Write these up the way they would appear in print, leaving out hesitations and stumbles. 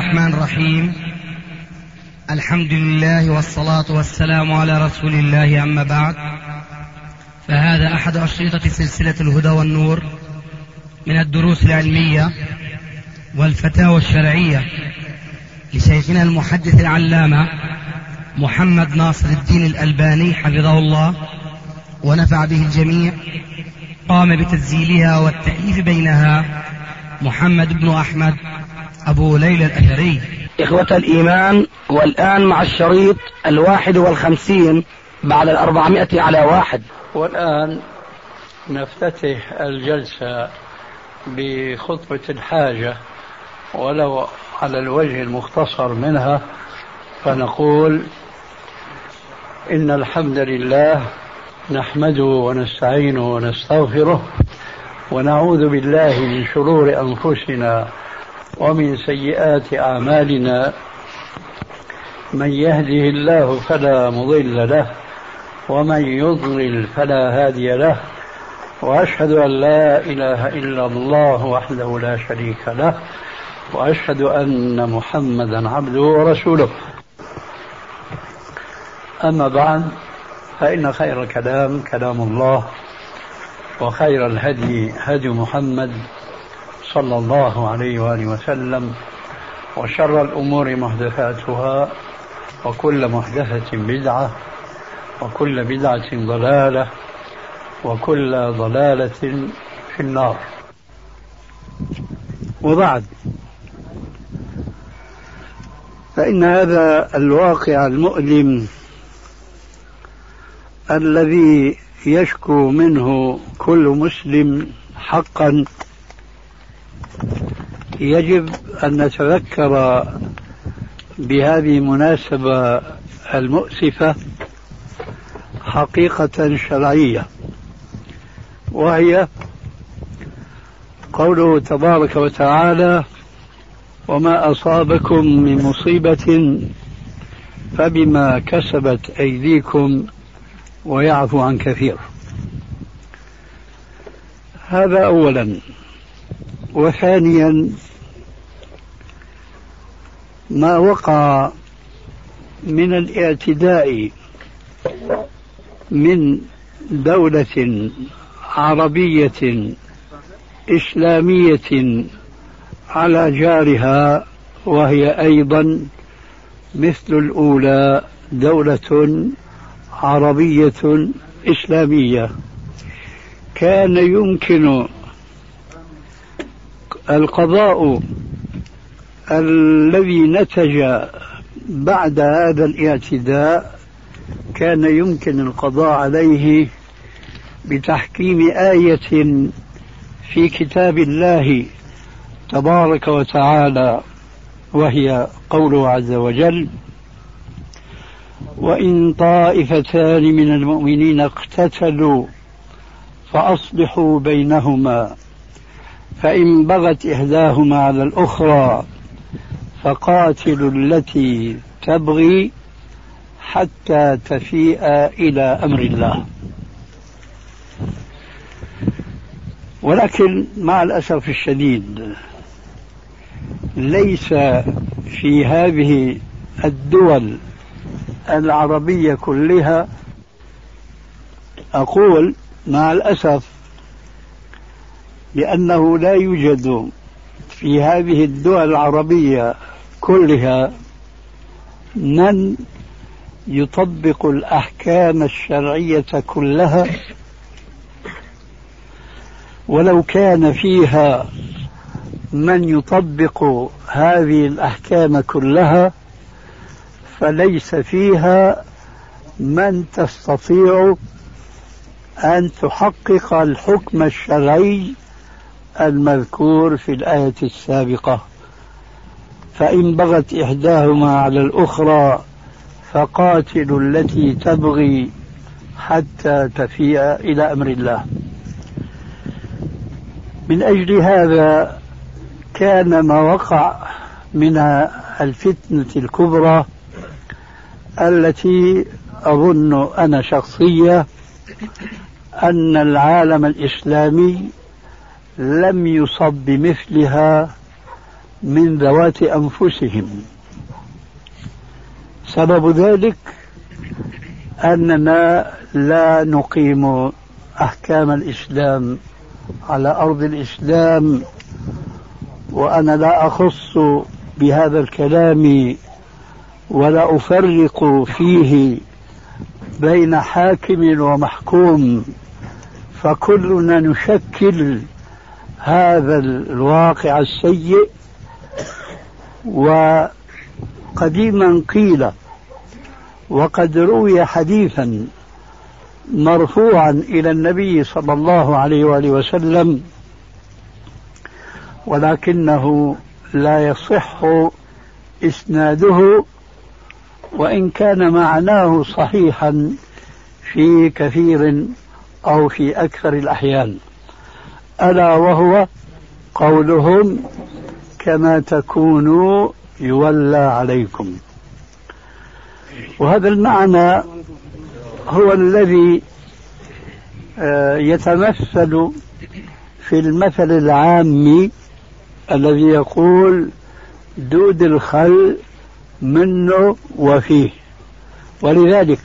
الرحمن الرحيم. الحمد لله والصلاة والسلام على رسول الله، أما بعد، فهذا أحد أشرطة سلسلة الهدى والنور من الدروس العلمية والفتاوى الشرعية لشيخنا المحدث العلامة محمد ناصر الدين الألباني حفظه الله ونفع به الجميع. قام بتسجيلها والتأليف بينها محمد بن أحمد أبو ليلى الأثري. إخوة الإيمان، والآن مع الشريط 51 بعد 400 على 1. والآن نفتتح الجلسة بخطبة الحاجة ولو على الوجه المختصر منها، فنقول إن الحمد لله نحمده ونستعينه ونستغفره ونعوذ بالله من شرور أنفسنا ومن سيئات أعمالنا. من يهده الله فلا مضل له ومن يضلل فلا هادي له، وأشهد أن لا إله إلا الله وحده لا شريك له، وأشهد أن محمدا عبده ورسوله. أما بعد، فإن خير الكلام كلام الله، وخير الهدي هدي محمد صلى الله عليه وآله وسلم، وشر الأمور محدثاتها، وكل محدثة بدعة، وكل بدعة ضلالة، وكل ضلالة في النار. وبعد، فإن هذا الواقع المؤلم الذي يشكو منه كل مسلم حقا يجب أن نتذكر بهذه المناسبة المؤسفة حقيقة شرعية، وهي قوله تبارك وتعالى: وما أصابكم من مصيبة فبما كسبت أيديكم ويعفو عن كثير. هذا أولا. وثانيا، ما وقع من الاعتداء من دولة عربية إسلامية على جارها، وهي أيضا مثل الأولى دولة عربية إسلامية، كان يمكن القضاء الذي نتج بعد هذا الاعتداء كان يمكن القضاء عليه بتحكيم آية في كتاب الله تبارك وتعالى، وهي قوله عز وجل: وإن طائفتان من المؤمنين اقتتلوا فأصلحوا بينهما فإن بغت إحداهما على الأخرى فقاتلوا التي تبغي حتى تفيء إلى أمر الله. ولكن مع الأسف الشديد ليس في هذه الدول العربية كلها، أقول مع الأسف، لأنه لا يوجد في هذه الدول العربية كلها من يطبق الأحكام الشرعية كلها، ولو كان فيها من يطبق هذه الأحكام كلها فليس فيها من تستطيع أن تحقق الحكم الشرعي المذكور في الآية السابقة: فإن بغت إحداهما على الأخرى فقاتلوا التي تبغي حتى تفيء إلى أمر الله. من أجل هذا كان ما وقع من الفتنة الكبرى التي أظن أنا شخصيا أن العالم الإسلامي لم يصب بمثلها من ذوات أنفسهم. سبب ذلك أننا لا نقيم أحكام الإسلام على أرض الإسلام، وأنا لا أخص بهذا الكلام ولا أفرق فيه بين حاكم ومحكوم، فكلنا نشكل هذا الواقع السيء. وقديما قيل وقد روي حديثا مرفوعا إلى النبي صلى الله عليه وآله وسلم، ولكنه لا يصح إسناده، وإن كان معناه صحيحا في كثير أو في أكثر الأحيان، ألا وهو قولهم: كما تكونوا يولى عليكم. وهذا المعنى هو الذي يتمثل في المثل العامي الذي يقول: دود الخل منه وفيه. ولذلك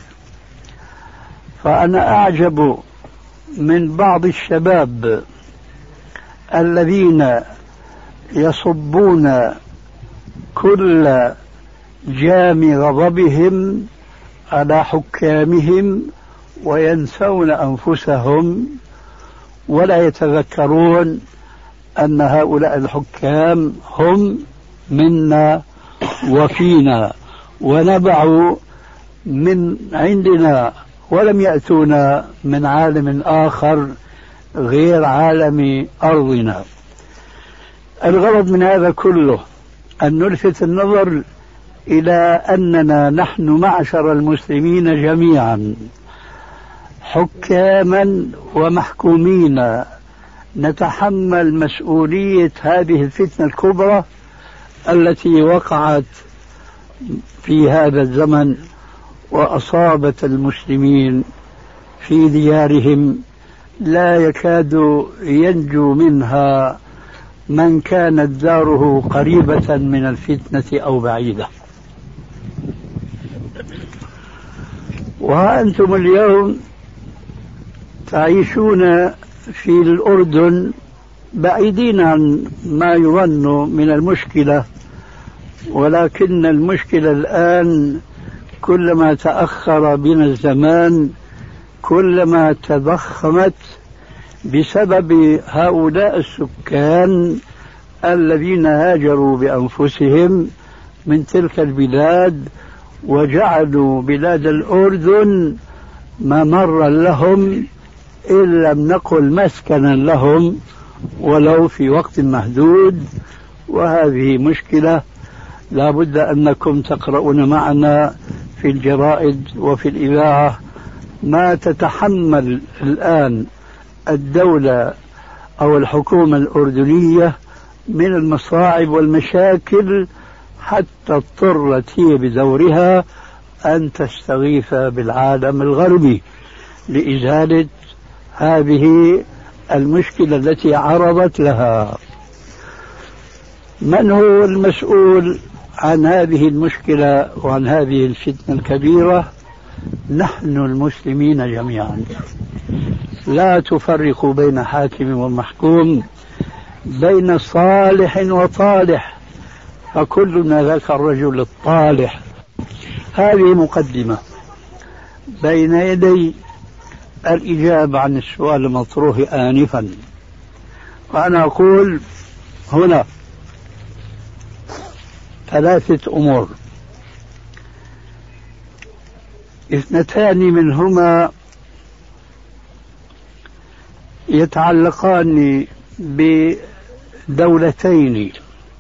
فأنا أعجب من بعض الشباب الذين يصبون كل جام غضبهم على حكامهم وينسون أنفسهم، ولا يتذكرون أن هؤلاء الحكام هم منا وفينا ونبعوا من عندنا ولم يأتونا من عالم آخر غير عالم أرضنا. الغرض من هذا كله أن نلفت النظر إلى أننا نحن معشر المسلمين جميعا حكاما ومحكومين نتحمل مسؤولية هذه الفتنة الكبرى التي وقعت في هذا الزمن وأصابت المسلمين في ديارهم، لا يكاد ينجو منها من كانت داره قريبة من الفتنة أو بعيدة. وأنتم اليوم تعيشون في الأردن بعيدين عن ما يظن من المشكلة، ولكن المشكلة الآن كلما تأخر بنا الزمان كلما تضخمت بسبب هؤلاء السكان الذين هاجروا بأنفسهم من تلك البلاد وجعلوا بلاد الأردن ممرا لهم، إن لم نقل مسكنا لهم ولو في وقت محدود. وهذه مشكلة لا بد أنكم تقرؤون معنا في الجرائد وفي الإذاعة ما تتحمل الآن الدولة أو الحكومة الأردنية من المصاعب والمشاكل، حتى اضطرت هي بدورها أن تستغيث بالعالم الغربي لإزالة هذه المشكلة التي عرضت لها. من هو المسؤول عن هذه المشكلة وعن هذه الفتنة الكبيرة؟ نحن المسلمين جميعا. لا تفرقوا بين حاكم ومحكوم، بين صالح وطالح، فكلنا ذاك الرجل الطالح. هذه مقدمة بين يدي الإجابة عن السؤال المطروح آنفا. وأنا أقول هنا ثلاثة أمور، اثنتان منهما يتعلقان بدولتين،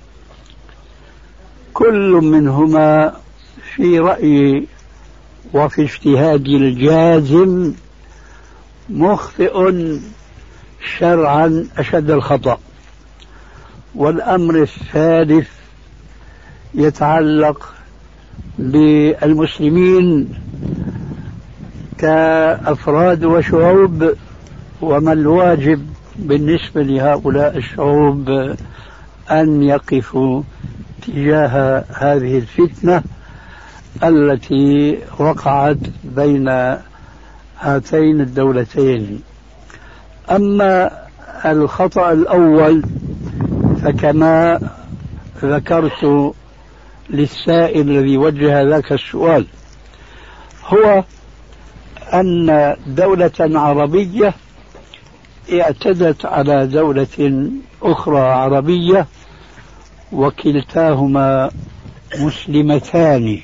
كل منهما في رأيي وفي اجتهادي الجازم مخطئ شرعا أشد الخطأ. والأمر الثالث يتعلق بالمسلمين كأفراد وشعوب، وما الواجب بالنسبة لهؤلاء الشعوب أن يقفوا تجاه هذه الفتنة التي وقعت بين هاتين الدولتين. أما الخطأ الأول فكما ذكرت للسائل الذي وجه ذاك السؤال، هو أن دولة عربية اعتدت على دولة أخرى عربية وكلتاهما مسلمتان.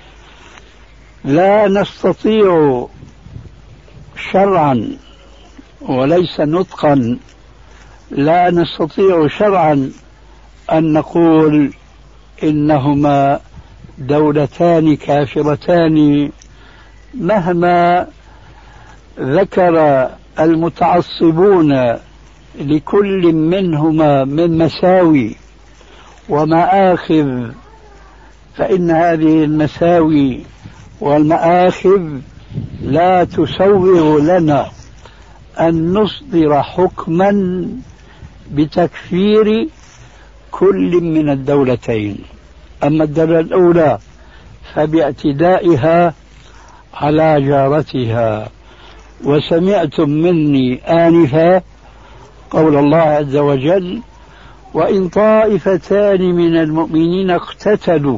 لا نستطيع شرعا وليس نطقا، لا نستطيع شرعا أن نقول إنهما دولتان كافرتان مهما ذكر المتعصبون لكل منهما من مساوي ومآخذ، فإن هذه المساوي والمآخذ لا تسوغ لنا أن نصدر حكما بتكفير كل من الدولتين. أما الدولة الأولى فباعتدائها على جارتها. وسمعتم مني آنفا قول الله عز وجل: وإن طائفتان من المؤمنين اقتتلوا.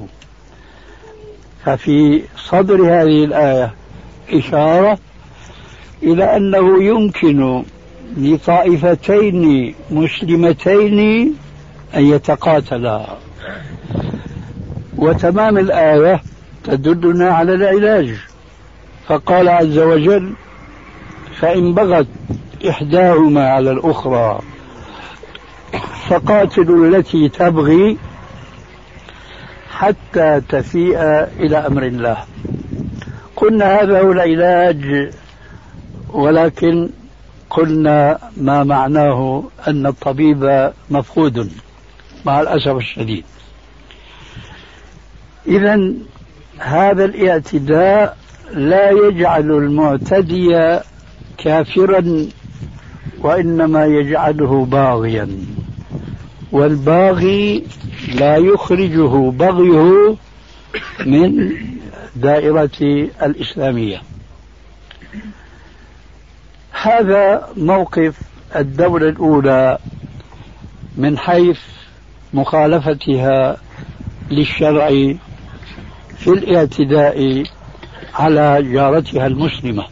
ففي صدر هذه الآية إشارة إلى أنه يمكن لطائفتين مسلمتين أن يتقاتلا، وتمام الآية تدلنا على العلاج. فقال عز وجل: فإن بغت إحداهما على الأخرى فقاتلوا التي تبغي حتى تفيء إلى أمر الله. قلنا هذا هو العلاج، ولكن قلنا ما معناه أن الطبيب مفقود مع الأسف الشديد. إذن هذا الاعتداء لا يجعل المعتدي كافرا، وإنما يجعله باغيا، والباغي لا يخرجه بغيه من دائرة الإسلامية. هذا موقف الدولة الأولى من حيث مخالفتها للشرع في الاعتداء على جارتها المسلمة.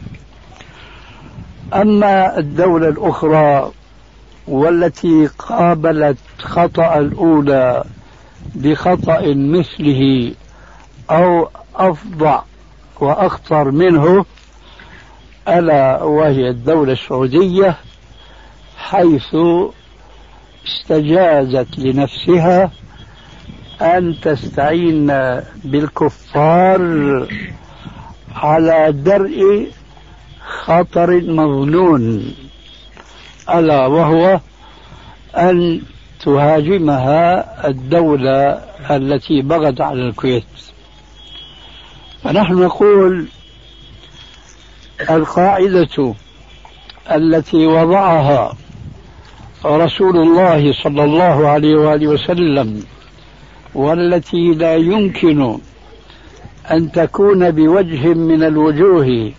أما الدولة الأخرى والتي قابلت خطأ الأولى بخطأ مثله أو أفظع وأخطر منه، ألا وهي الدولة السعودية، حيث استجازت لنفسها أن تستعين بالكفار على درء خطر مظنون، ألا وهو أن تهاجمها الدولة التي بغت على الكويت. فنحن نقول القاعدة التي وضعها رسول الله صلى الله عليه وآله وسلم، والتي لا يمكن أن تكون بوجه من الوجوه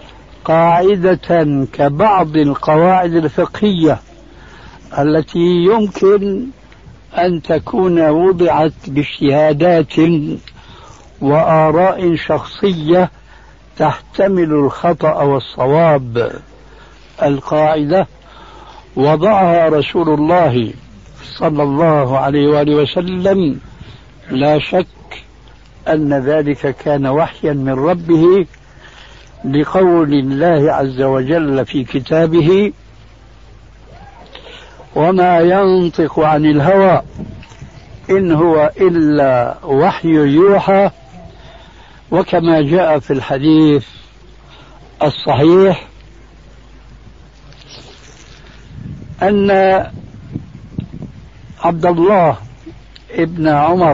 قاعدة كبعض القواعد الفقهية التي يمكن أن تكون وضعت باجتهادات وآراء شخصية تحتمل الخطأ والصواب. القاعدة وضعها رسول الله صلى الله عليه وآله وسلم، لا شك أن ذلك كان وحيا من ربه، لقول الله عز وجل في كتابه: وما ينطق عن الهوى إن هو إلا وحي يوحى. وكما جاء في الحديث الصحيح أن عبد الله ابن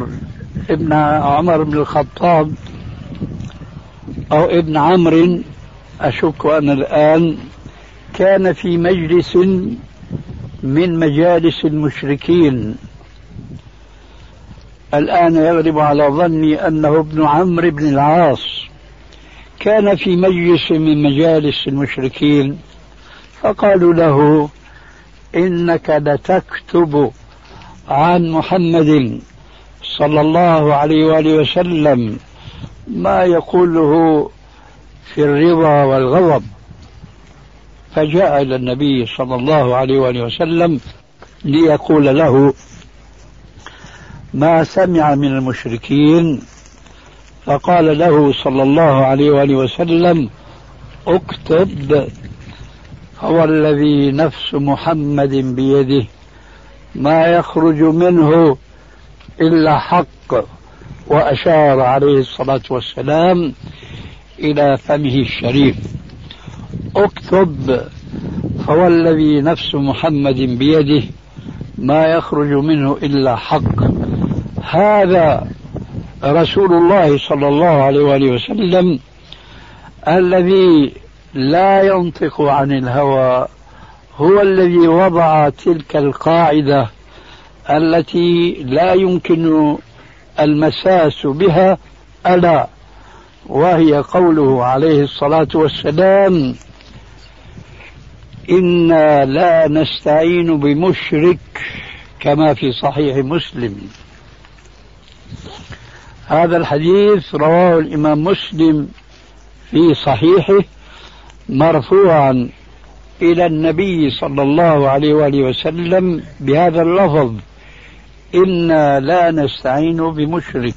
عمر بن الخطاب أو ابن عمرو، أشك أن الآن، كان في مجلس من مجالس المشركين، الآن يغلب على ظني أنه ابن عمرو بن العاص، كان في مجلس من مجالس المشركين فقالوا له: إنك لتكتب عن محمد صلى الله عليه وآله وسلم ما يقوله في الرضا والغضب. فجاء إلى النبي صلى الله عليه وآله وسلم ليقول له ما سمع من المشركين، فقال له صلى الله عليه وآله وسلم: اكتب، هو الذي نفس محمد بيده ما يخرج منه إلا حق. وأشار عليه الصلاة والسلام إلى فمه الشريف: اكتب، فهو الذي نفس محمد بيده ما يخرج منه إلا حق. هذا رسول الله صلى الله عليه وآله وسلم الذي لا ينطق عن الهوى، هو الذي وضع تلك القاعدة التي لا يمكن المساس بها، ألا وهي قوله عليه الصلاة والسلام: إنا لا نستعين بمشرك، كما في صحيح مسلم. هذا الحديث رواه الإمام مسلم في صحيحه مرفوعا إلى النبي صلى الله عليه وآله وسلم بهذا اللفظ: إنا لا نستعين بمشرك.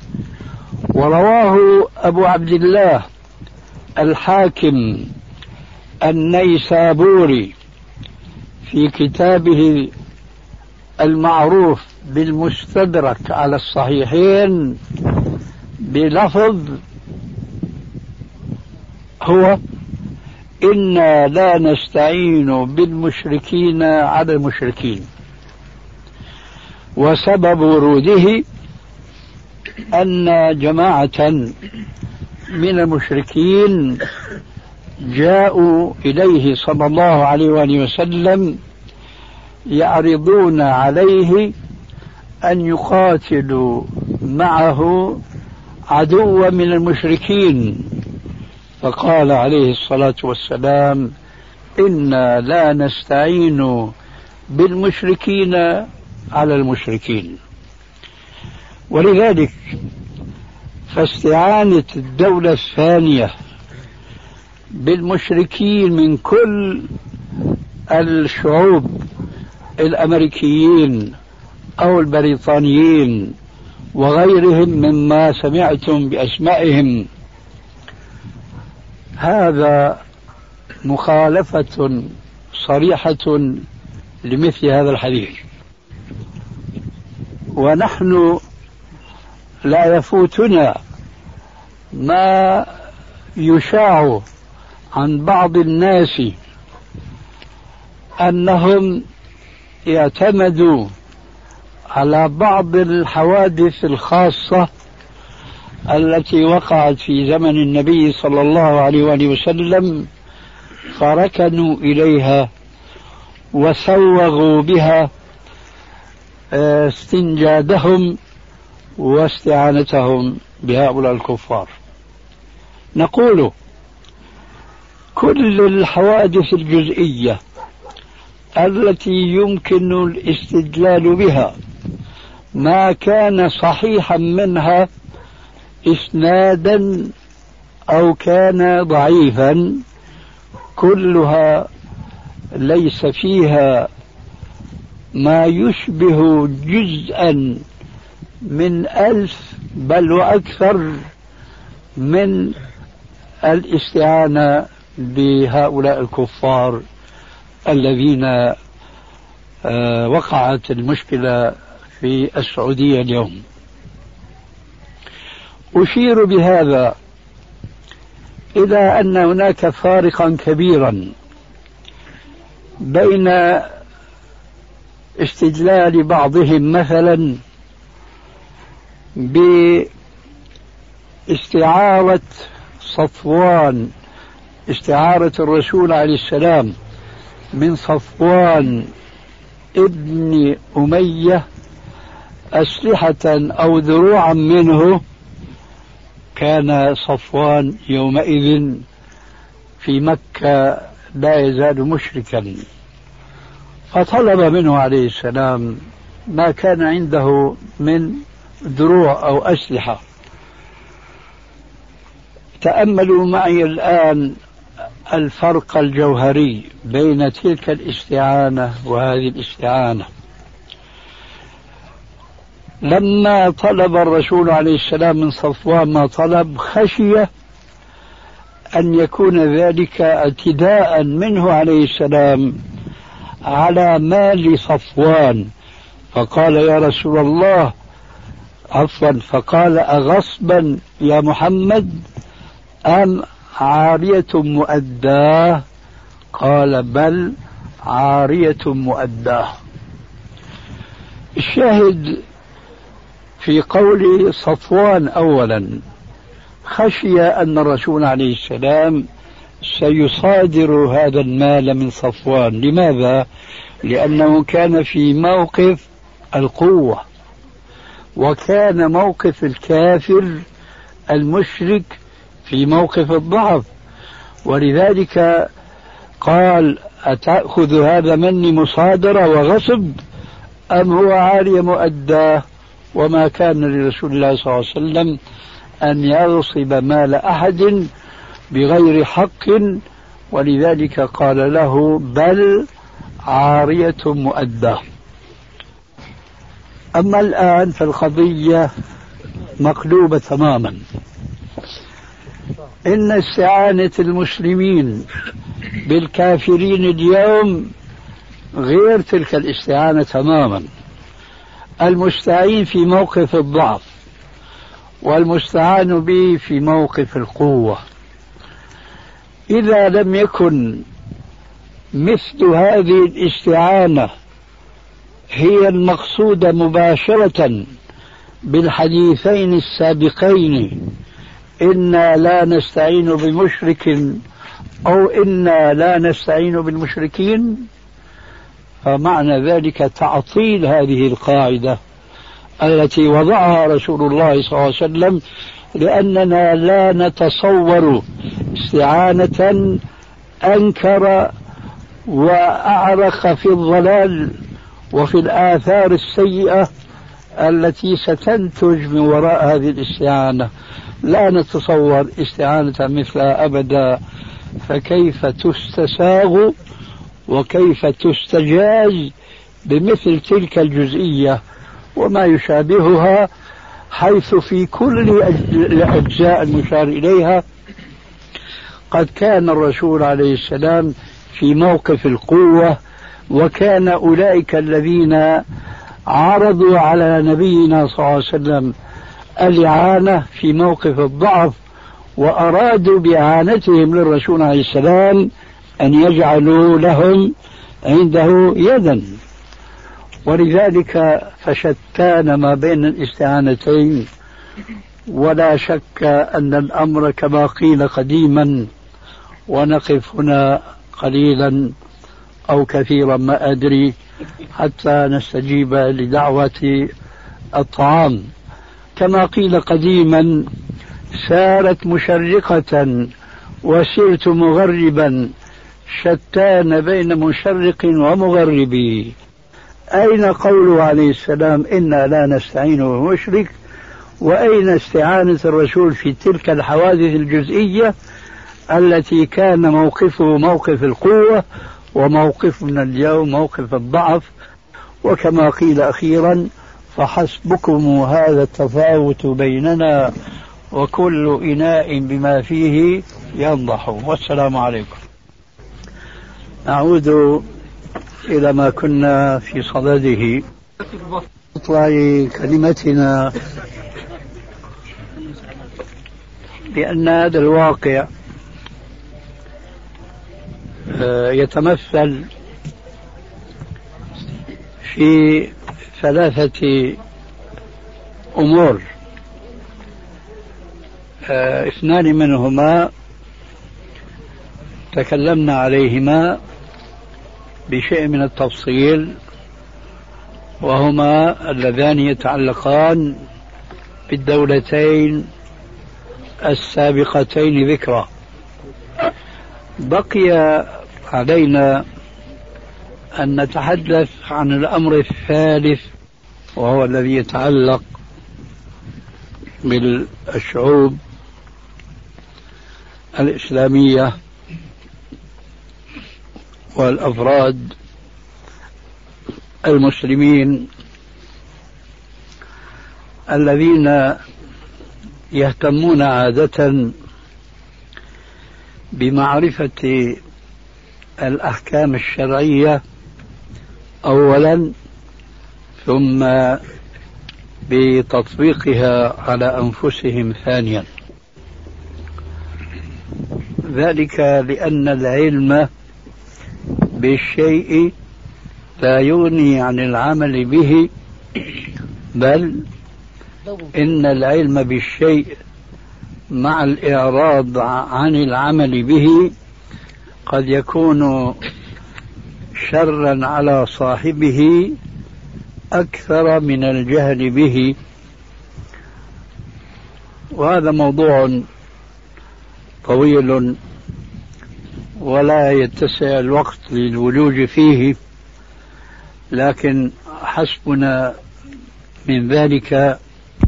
ورواه أبو عبد الله الحاكم النيسابوري في كتابه المعروف بالمستدرك على الصحيحين بلفظ هو: إنا لا نستعين بالمشركين على المشركين. وسبب وروده أن جماعة من المشركين جاءوا إليه صلى الله عليه وآله وسلم يعرضون عليه أن يقاتلوا معه عدوا من المشركين، فقال عليه الصلاة والسلام: إنا لا نستعين بالمشركين على المشركين. ولذلك فاستعانة الدولة الثانية بالمشركين من كل الشعوب الأمريكيين أو البريطانيين وغيرهم مما سمعتم بأسمائهم، هذا مخالفة صريحة لمثل هذا الحديث. ونحن لا يفوتنا ما يشاع عن بعض الناس أنهم يعتمدوا على بعض الحوادث الخاصة التي وقعت في زمن النبي صلى الله عليه وآله وسلم، فركنوا إليها وسوغوا بها استنجادهم واستعانتهم بهؤلاء الكفار. نقول كل الحوادث الجزئية التي يمكن الاستدلال بها ما كان صحيحا منها إسنادا أو كان ضعيفا، كلها ليس فيها ما يشبه جزءا من 1000 بل وأكثر من الاستعانة بهؤلاء الكفار الذين وقعت المشكلة في السعودية اليوم. أشير بهذا إلى أن هناك فارقا كبيرا بين استدلال بعضهم مثلا باستعارة صفوان، استعارة الرسول عليه السلام من صفوان ابن أمية أسلحة أو دروعا منه كان صفوان يومئذ في مكة لا يزال مشركا، فطلب منه عليه السلام ما كان عنده من دروع أو أسلحة. تأملوا معي الآن الفرق الجوهري بين تلك الاستعانة وهذه الاستعانة. لما طلب الرسول عليه السلام من صفوان ما طلب، خشية أن يكون ذلك اعتداء منه عليه السلام على مال صفوان، فقال يا رسول الله فقال أغصبا يا محمد أم عارية مؤداه؟ قال بل عارية مؤداه. الشاهد في قول صفوان أولا، خشي أن الرسول عليه السلام سيصادر هذا المال من صفوان. لماذا؟ لأنه كان في موقف القوة، وكان موقف الكافر المشرك في موقف الضعف، ولذلك قال أتأخذ هذا مني مصادرة وغصب أم هو عارية مؤداه؟ وما كان لرسول الله صلى الله عليه وسلم أن يغصب مال أحد بغير حق، ولذلك قال له بل عارية مؤداه. أما الآن فالقضية مقلوبة تماما. إن استعانة المسلمين بالكافرين اليوم غير تلك الاستعانة تماما. المستعين في موقف الضعف والمستعان به في موقف القوة. إذا لم يكن مثل هذه الاستعانة هي المقصودة مباشرة بالحديثين السابقين، إنا لا نستعين بمشرك أو إنا لا نستعين بالمشركين، فمعنى ذلك تعطيل هذه القاعدة التي وضعها رسول الله صلى الله عليه وسلم، لأننا لا نتصور استعانة أنكر وأعرق في الضلال وفي الآثار السيئة التي ستنتج من وراء هذه الاستعانة. لا نتصور استعانة مثلها أبدا، فكيف تستساغ وكيف تستجاز بمثل تلك الجزئية وما يشابهها، حيث في كل الأجزاء المشار إليها قد كان الرسول عليه السلام في موقف القوة، وكان أولئك الذين عرضوا على نبينا صلى الله عليه وسلم الإعانة في موقف الضعف، وأرادوا بإعانتهم للرسول عليه السلام أن يجعلوا لهم عنده يدا. ولذلك فشتان ما بين الاستعانتين، ولا شك أن الأمر كما قيل قديما. ونقف هنا قليلا أو كثيرا ما أدري حتى نستجيب لدعوة الطعام. كما قيل قديما سارت مشرقة وسرت مغربا، شتان بين مشرق ومغرب. أين قوله عليه السلام إنا لا نستعين بمشرك؟ وأين استعانة الرسول في تلك الحوادث الجزئية التي كان موقفه موقف القوة وموقفنا اليوم موقف الضعف؟ وكما قيل أخيرا فحسبكم هذا التفاوت بيننا وكل إناء بما فيه ينضح. والسلام عليكم. نعود إلى ما كنا في صدده. اطلع كلمتنا بأن هذا الواقع يتمثل في ثلاثة أمور. اثنان منهما تكلمنا عليهما بشيء من التفصيل، وهما اللذان يتعلقان بالدولتين السابقتين ذكرى. بقي علينا أن نتحدث عن الأمر الثالث، وهو الذي يتعلق بالشعوب الإسلامية والأفراد المسلمين الذين يهتمون عادة بمعرفة الأحكام الشرعية أولا، ثم بتطبيقها على أنفسهم ثانيا. ذلك لأن العلم بالشيء لا يغني عن العمل به، بل إن العلم بالشيء مع الإعراض عن العمل به قد يكون شرا على صاحبه أكثر من الجهل به. وهذا موضوع طويل ولا يتسع الوقت للولوج فيه، لكن حسبنا من ذلك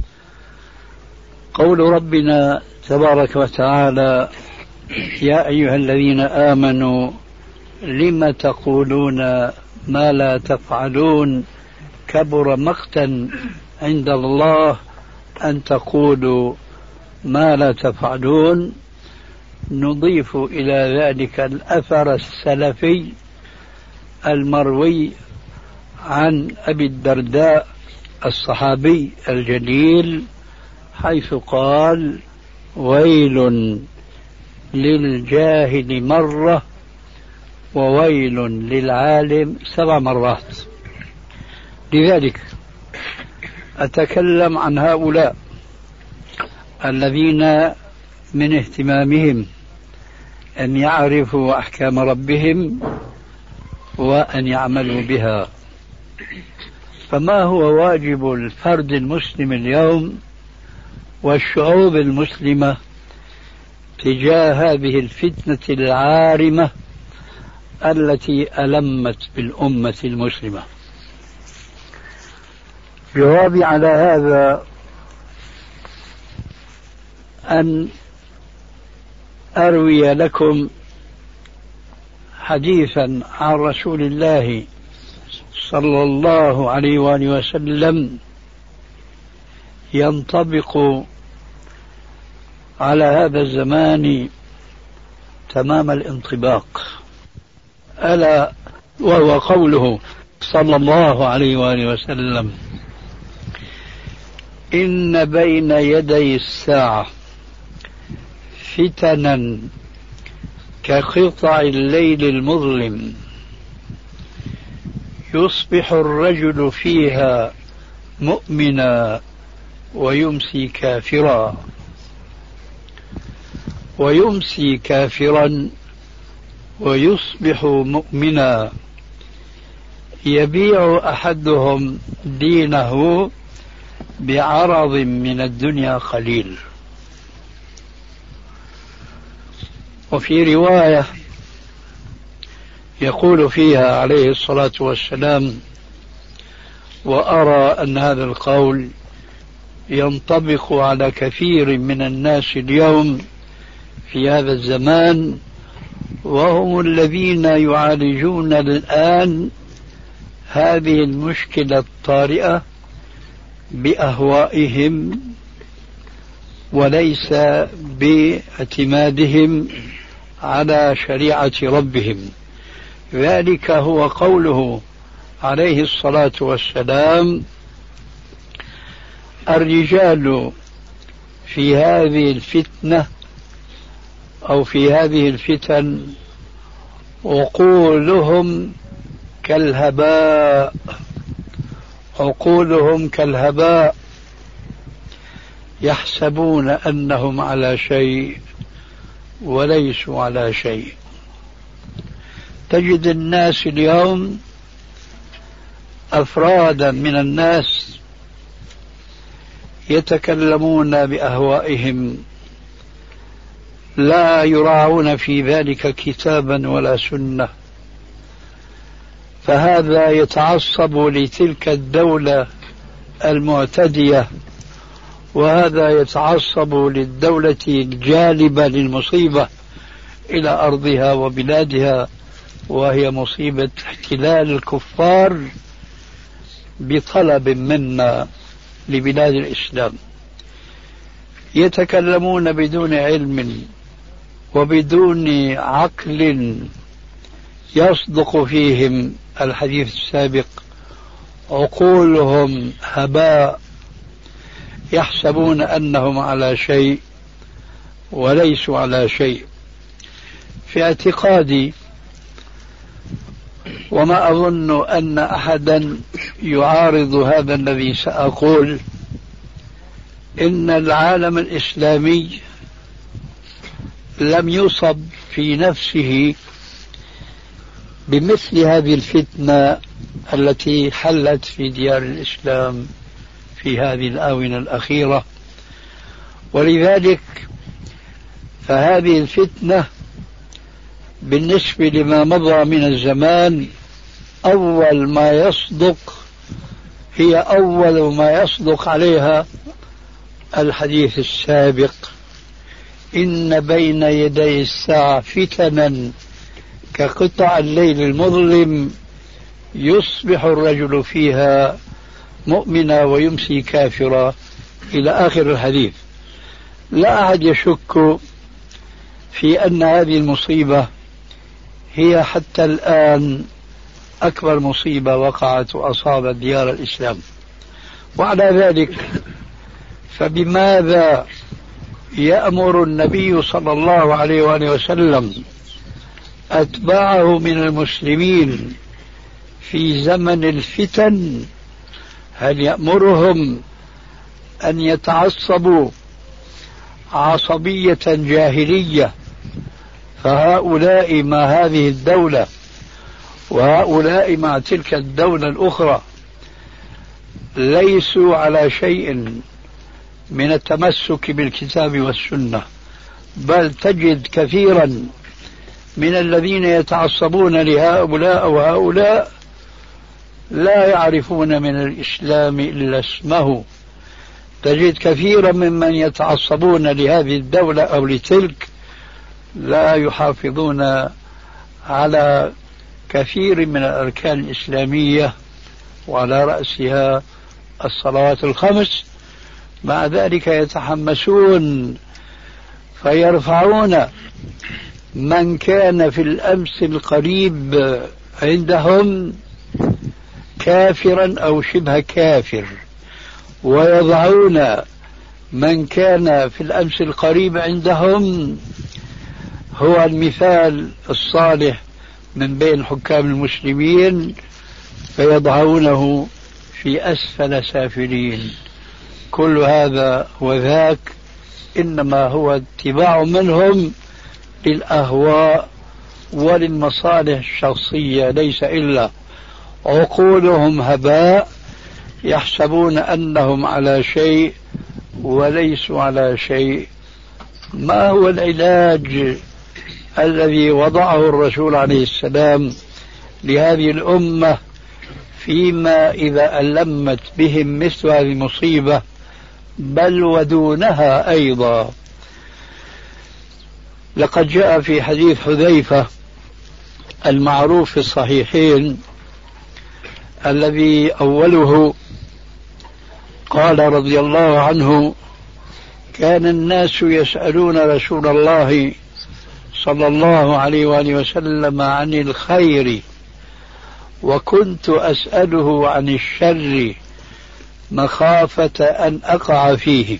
قول ربنا تبارك وتعالى: يا أيها الذين آمنوا لم تقولون ما لا تفعلون كبر مقتا عند الله أن تقولوا ما لا تفعلون. نضيف إلى ذلك الأثر السلفي المروي عن أبي الدرداء الصحابي الجليل، حيث قال: ويل للجاهل مرة وويل للعالم 7 مرات. لذلك أتكلم عن هؤلاء الذين من اهتمامهم أن يعرفوا أحكام ربهم وأن يعملوا بها. فما هو واجب الفرد المسلم اليوم والشعوب المسلمة تجاه هذه الفتنة العارمة التي ألمت بالأمة المسلمة؟ جوابي على هذا أن أروي لكم حديثا عن رسول الله صلى الله عليه وآله وسلم ينطبق على هذا الزمان تمام الانطباق، ألا وهو قوله صلى الله عليه وآله وسلم: إن بين يدي الساعة فتنا كقطع الليل المظلم يصبح الرجل فيها مؤمنا ويمسي كافرا، ويمسي كافرا ويصبح مؤمنا، يبيع أحدهم دينه بعرض من الدنيا قليل. وفي رواية يقول فيها عليه الصلاة والسلام: وأرى أن هذا القول ينطبق على كثير من الناس اليوم في هذا الزمان، وهم الذين يعالجون الآن هذه المشكلة الطارئة بأهوائهم وليس باعتمادهم على شريعة ربهم. ذلك هو قوله عليه الصلاة والسلام: الرجال في هذه الفتنة أو في هذه الفتن عقولهم كالهباء، عقولهم كالهباء، يحسبون أنهم على شيء وليسوا على شيء. تجد الناس اليوم أفرادا من الناس يتكلمون بأهوائهم لا يراعون في ذلك كتابا ولا سنة، فهذا يتعصب لتلك الدولة المعتدية، وهذا يتعصب للدولة الجالبة للمصيبة إلى أرضها وبلادها، وهي مصيبة احتلال الكفار بطلب منا لبلاد الإسلام. يتكلمون بدون علم وبدون عقل يصدق فيهم الحديث السابق، عقولهم هباء، يحسبون أنهم على شيء وليسوا على شيء. في اعتقادي، وما أظن أن أحدا يعارض هذا الذي سأقول، إن العالم الإسلامي لم يصب في نفسه بمثل هذه الفتنة التي حلت في ديار الإسلام في هذه الآونة الأخيرة، ولذلك فهذه الفتنة بالنسبة لما مضى من الزمان أول ما يصدق، هي أول ما يصدق عليها الحديث السابق: إن بين يدي الساعة فتنا كقطع الليل المظلم يصبح الرجل فيها مؤمنا ويمسي كافرا، إلى آخر الحديث. لا أحد يشك في أن هذه المصيبة هي حتى الآن أكبر مصيبة وقعت وأصابت ديار الإسلام. وعلى ذلك فبماذا يأمر النبي صلى الله عليه وآله وسلم أتباعه من المسلمين في زمن الفتن؟ هل يأمرهم أن يتعصبوا عصبية جاهلية، فهؤلاء مع هذه الدولة وهؤلاء مع تلك الدولة الأخرى ليسوا على شيء من التمسك بالكتاب والسنة؟ بل تجد كثيرا من الذين يتعصبون لهؤلاء وهؤلاء لا يعرفون من الإسلام إلا اسمه. تجد كثيرا ممن يتعصبون لهذه الدولة أو لتلك لا يحافظون على كثير من الأركان الإسلامية، وعلى رأسها الصلوات الخمس. مع ذلك يتحمسون فيرفعون من كان في الأمس القريب عندهم كافرا أو شبه كافر، ويضعون من كان في الأمس القريب عندهم هو المثال الصالح من بين حكام المسلمين، فيضعونه في أسفل سافلين. كل هذا وذاك إنما هو اتباع منهم للأهواء وللمصالح الشخصية، ليس إلا. عقولهم هباء، يحسبون أنهم على شيء وليسوا على شيء. ما هو العلاج الذي وضعه الرسول عليه السلام لهذه الأمة فيما إذا ألمت بهم مثل هذه المصيبة، بل ودونها أيضا؟ لقد جاء في حديث حذيفة المعروف في الصحيحين الذي أوله قال رضي الله عنه: كان الناس يسألون رسول الله صلى الله عليه وآله وسلم عن الخير، وكنت أسأله عن الشر مخافة أن أقع فيه.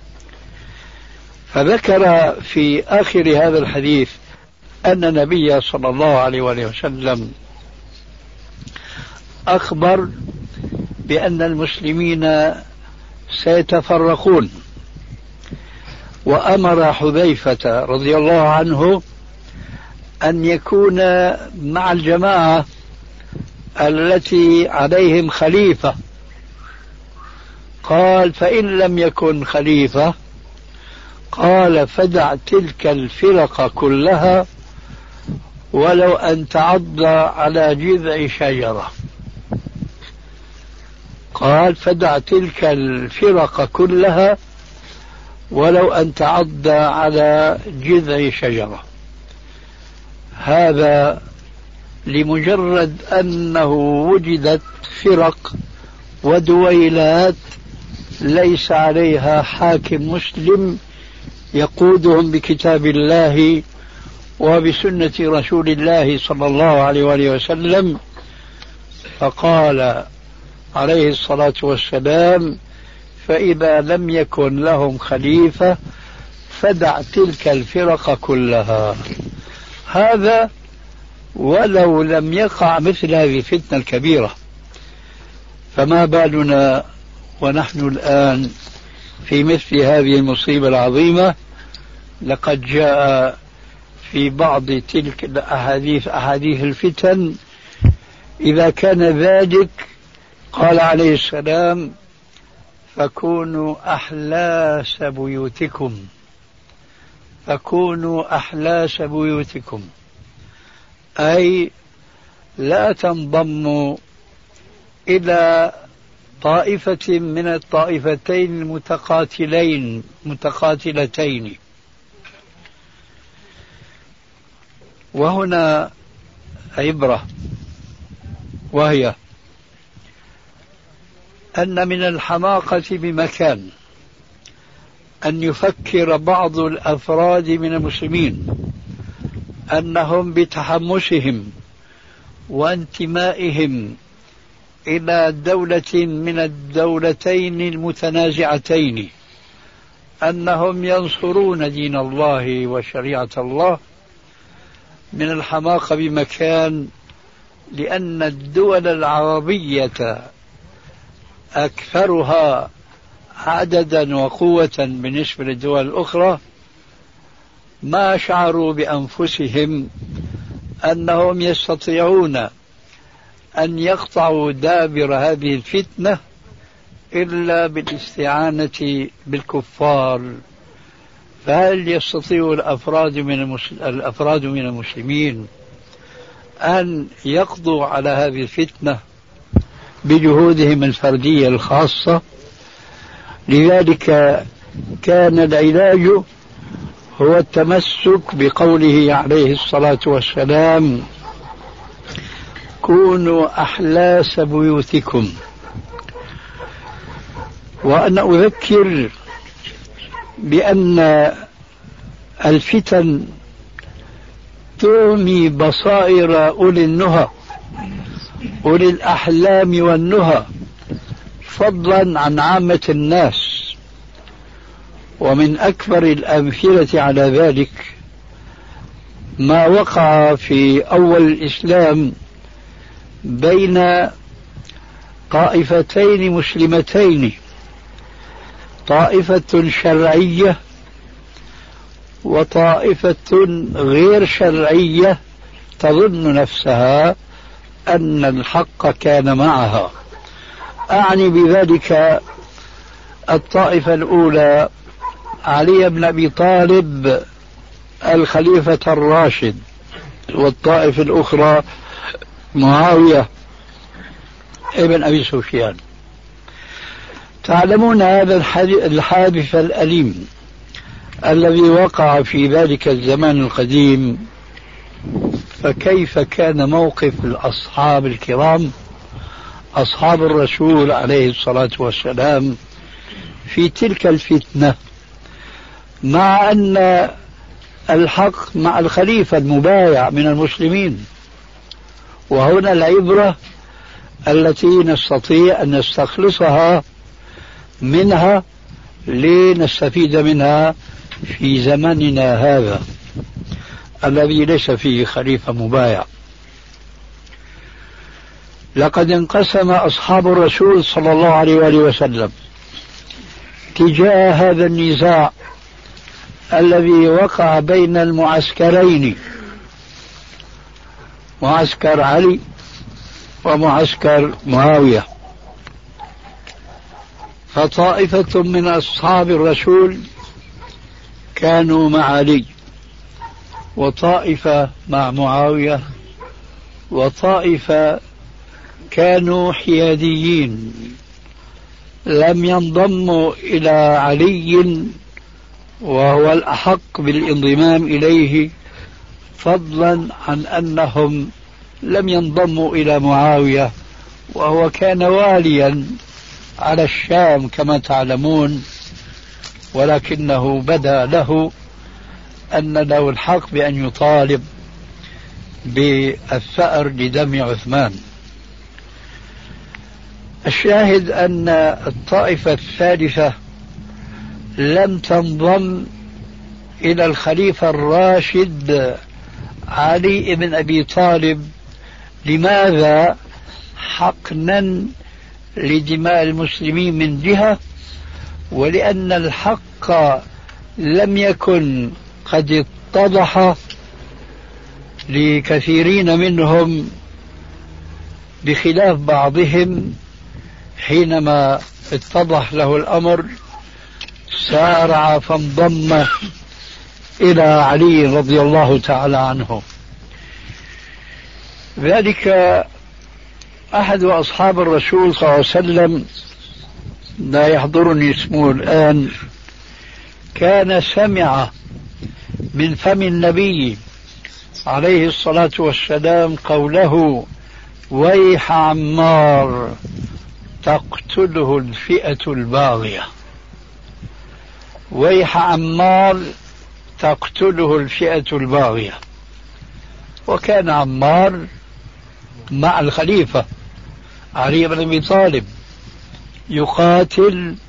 فذكر في آخر هذا الحديث أن النبي صلى الله عليه وآله وسلم أخبر بأن المسلمين سيتفرقون، وأمر حذيفة رضي الله عنه أن يكون مع الجماعة التي عليهم خليفة. قال فإن لم يكن خليفة قال فدع تلك الفرق كلها ولو أن تعض على جذع شجرة. قال فدع تلك الفرق كلها ولو أن تعض على جذع شجرة. هذا لمجرد أنه وجدت فرق ودويلات ليس عليها حاكم مسلم يقودهم بكتاب الله وبسنة رسول الله صلى الله عليه وآله وسلم. فقال عليه الصلاة والسلام فإذا لم يكن لهم خليفة فدع تلك الفرق كلها. هذا ولو لم يقع مثل هذه الفتنة الكبيرة، فما بالنا ونحن الآن في مثل هذه المصيبة العظيمة. لقد جاء في بعض تلك أحاديث الفتن إذا كان ذلك قال عليه السلام فكونوا أحلاس بيوتكم، فكونوا أحلاس بيوتكم، أي لا تنضموا إلى طائفة من الطائفتين المتقاتلتين. وهنا عبرة، وهي أن من الحماقة بمكان أن يفكر بعض الأفراد من المسلمين أنهم بتحمسهم وانتمائهم إلى دولة من الدولتين المتنازعتين أنهم ينصرون دين الله وشريعة الله. من الحماقة بمكان، لأن الدول العربية أكثرها عددا وقوة بالنسبة للدول الأخرى ما شعروا بأنفسهم أنهم يستطيعون أن يقطعوا دابر هذه الفتنة إلا بالاستعانة بالكفار. فهل يستطيع الأفراد من المسلمين أن يقضوا على هذه الفتنة بجهودهم الفردية الخاصة؟ لذلك كان العلاج هو التمسك بقوله عليه الصلاة والسلام كونوا أحلاس بيوتكم. وأنا أذكر بأن الفتن تعمي بصائر أولي النهى، أولي الأحلام والنهى، فضلا عن عامة الناس. ومن أكبر الأمثلة على ذلك ما وقع في أول الإسلام بين طائفتين مسلمتين، طائفة شرعية وطائفة غير شرعية تظن نفسها أن الحق كان معها. أعني بذلك الطائفة الأولى علي بن أبي طالب الخليفة الراشد، والطائفة الأخرى معاوية ابن أبي سفيان. تعلمون هذا الحادث الأليم الذي وقع في ذلك الزمان القديم، فكيف كان موقف الأصحاب الكرام أصحاب الرسول عليه الصلاة والسلام في تلك الفتنة، مع أن الحق مع الخليفة المبايع من المسلمين. وهنا العبرة التي نستطيع أن نستخلصها منها لنستفيد منها في زمننا هذا الذي ليس فيه خليفة مبايع. لقد انقسم أصحاب الرسول صلى الله عليه وآله وسلم تجاه هذا النزاع الذي وقع بين المعسكرين، معسكر علي ومعسكر معاوية. فطائفة من أصحاب الرسول كانوا مع علي، وطائفة مع معاوية، وطائفة كانوا حياديين لم ينضموا إلى علي وهو الأحق بالانضمام إليه، فضلا عن أنهم لم ينضموا إلى معاوية وهو كان واليا على الشام كما تعلمون، ولكنه بدا له أن له الحق بأن يطالب بالثأر لدم عثمان. الشاهد أن الطائفة الثالثة لم تنضم إلى الخليفة الراشد علي بن أبي طالب. لماذا؟ حقنا لدماء المسلمين من جهة، ولأن الحق لم يكن قد اتضح لكثيرين منهم، بخلاف بعضهم حينما اتضح له الأمر سارع فانضم إلى علي رضي الله تعالى عنه. ذلك أحد أصحاب الرسول صلى الله عليه وسلم، لا يحضرني اسمه الآن، كان سمع من فم النبي عليه الصلاة والسلام قوله: ويح عمار تقتله الفئة الباغية. ويح عمار تقتله الفئة الباغية. وكان عمار مع الخليفة علي بن أبي طالب يقاتل،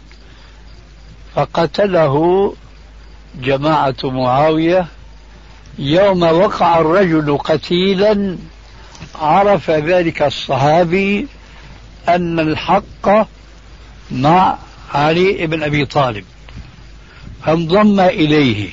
فقتله جماعة معاوية. يوم وقع الرجل قتيلا عرف ذلك الصحابي أن الحق مع علي بن أبي طالب، فانضم إليه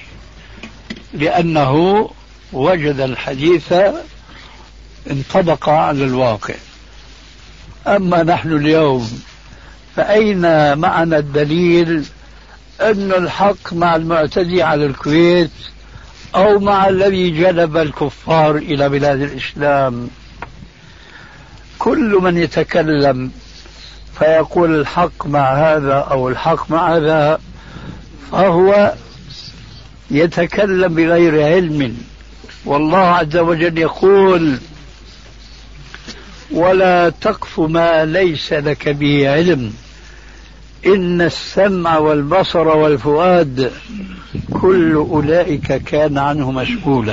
لأنه وجد الحديث انطبق على الواقع. أما نحن اليوم فأين معنا الدليل أن الحق مع المعتدي على الكويت أو مع الذي جلب الكفار إلى بلاد الإسلام؟ كل من يتكلم فيقول الحق مع هذا أو الحق مع هذا فهو يتكلم بغير علم. والله عز وجل يقول: ولا تقف ما ليس لك به علم إن السمع والبصر والفؤاد كل أولئك كان عنه مسؤولا.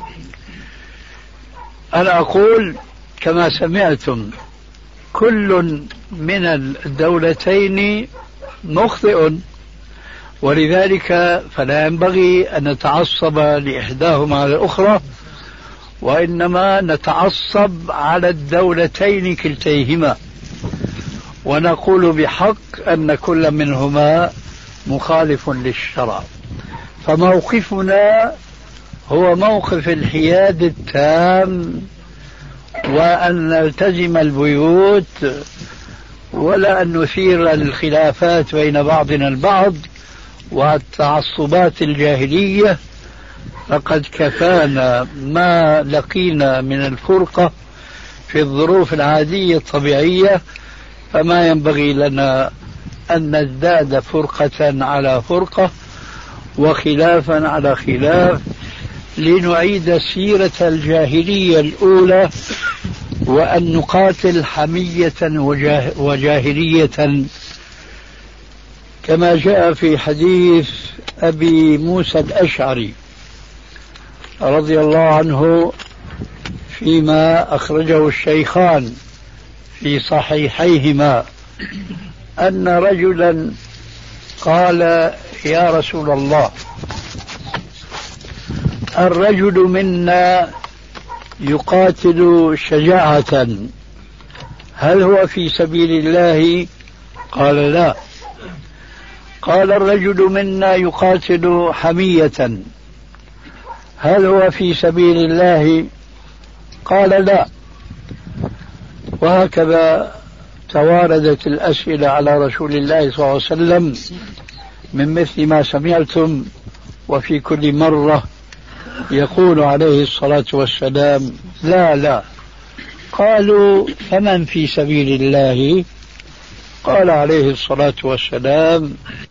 أنا أقول كما سمعتم: كل من الدولتين مخطئ، ولذلك فلا ينبغي أن نتعصب لإحداهما على الأخرى، وإنما نتعصب على الدولتين كلتيهما، ونقول بحق أن كل منهما مخالف للشرع. فموقفنا هو موقف الحياد التام، وأن نلتزم البيوت ولا أن نثير الخلافات بين بعضنا البعض والتعصبات الجاهلية. فقد كفانا ما لقينا من الفرقة في الظروف العادية الطبيعية، فما ينبغي لنا أن نزداد فرقة على فرقة وخلافا على خلاف، لنعيد سيرة الجاهلية الأولى، وأن نقاتل حمية وجاهلية، كما جاء في حديث أبي موسى الأشعري رضي الله عنه فيما أخرجه الشيخان في صحيحيهما، أن رجلا قال: يا رسول الله، الرجل منا يقاتل شجاعة، هل هو في سبيل الله؟ قال: لا. قال: الرجل منا يقاتل حمية، هل هو في سبيل الله؟ قال: لا. وهكذا تواردت الأسئلة على رسول الله صلى الله عليه وسلم من مثل ما سمعتم، وفي كل مرة يقول عليه الصلاة والسلام لا. قالوا فمن في سبيل الله؟ قال عليه الصلاة والسلام: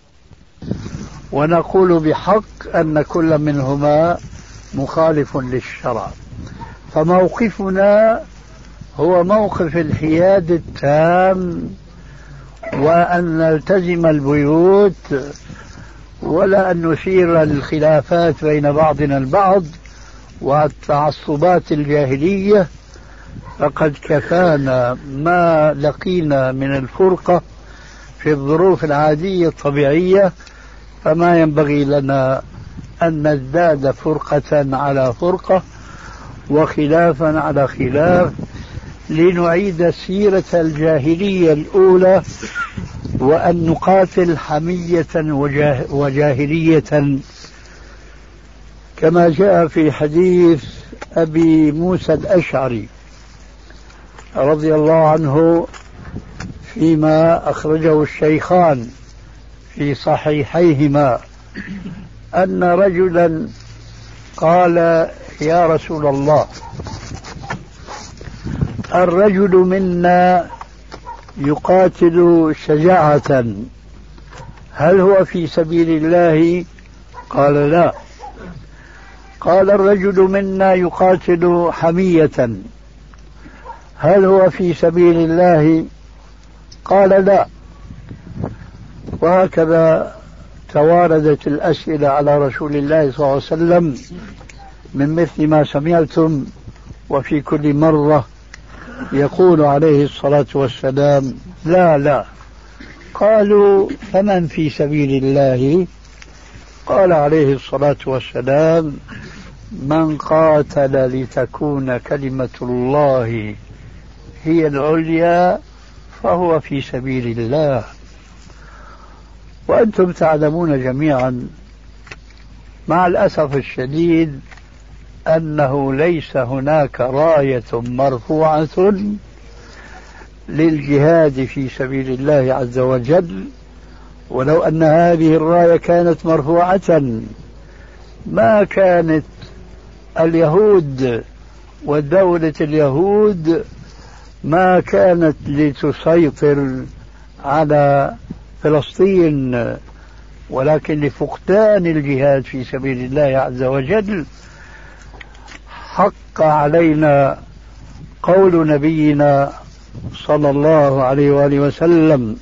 ونقول بحق أن كل منهما مخالف للشرع، فموقفنا هو موقف الحياد التام، وأن نلتزم البيوت ولا أن نثير الخلافات بين بعضنا البعض والتعصبات الجاهلية، فقد كفانا ما لقينا من الفرقة في الظروف العادية الطبيعية، فما ينبغي لنا أن نزداد فرقة على فرقة وخلافا على خلاف لنعيد سيرة الجاهلية الأولى، وأن نقاتل حمية وجاهلية، كما جاء في حديث أبي موسى الأشعري رضي الله عنه فيما أخرجه الشيخان في صحيحيهما، أن رجلا قال: يا رسول الله، الرجل منا يقاتل شجاعة، هل هو في سبيل الله؟ قال: لا. قال: الرجل منا يقاتل حمية، هل هو في سبيل الله؟ قال: لا. وهكذا تواردت الأسئلة على رسول الله صلى الله عليه وسلم من مثل ما سمعتم، وفي كل مرة يقول عليه الصلاة والسلام لا. قالوا فمن في سبيل الله؟ قال عليه الصلاة والسلام: من قاتل لتكون كلمة الله هي العليا فهو في سبيل الله. وأنتم تعلمون جميعا مع الأسف الشديد أنه ليس هناك راية مرفوعة للجهاد في سبيل الله عز وجل، ولو أن هذه الراية كانت مرفوعة ما كانت اليهود ودولة اليهود ما كانت لتسيطر على فلسطين، ولكن لفقدان الجهاد في سبيل الله عز وجل حق علينا قول نبينا صلى الله عليه وآله وسلم: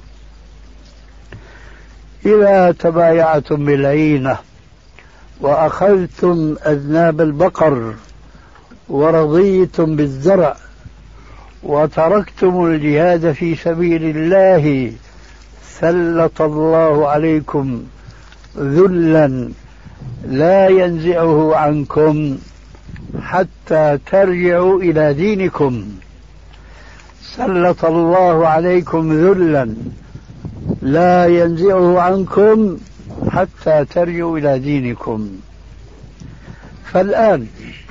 إذا تبايعتم بالعينة وأخذتم أذناب البقر ورضيتم بالزرع وتركتم الجهاد في سبيل الله سلط الله عليكم ذلا لا ينزعه عنكم حتى ترجعوا إلى دينكم. سلط الله عليكم ذلا لا ينزعه عنكم حتى ترجعوا إلى دينكم. فالآن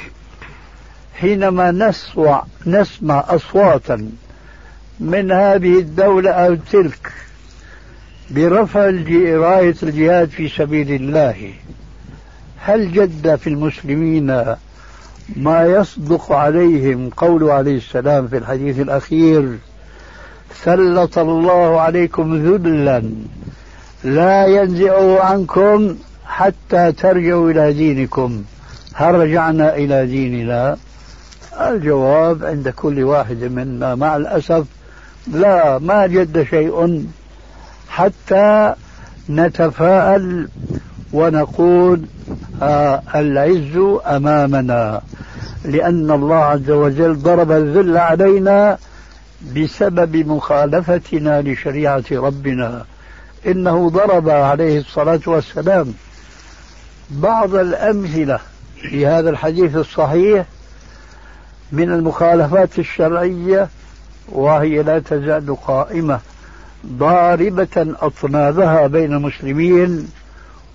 حينما نسمع أصواتا من هذه الدولة أو تلك برفع راية الجهاد في سبيل الله، هل جد في المسلمين ما يصدق عليهم قول عليه السلام في الحديث الأخير: سلط الله عليكم ذلا لا ينزعه عنكم حتى ترجعوا إلى دينكم؟ هل رجعنا إلى ديننا؟ الجواب عند كل واحد منا مع الأسف لا، ما جد شيء، حتى نتفاءل ونقول العز أمامنا، لأن الله عز وجل ضرب الذل علينا بسبب مخالفتنا لشريعة ربنا. إنه ضرب عليه الصلاة والسلام بعض الأمثلة في هذا الحديث الصحيح من المخالفات الشرعية، وهي لا تزال قائمة ضاربة أطنابها بين المسلمين.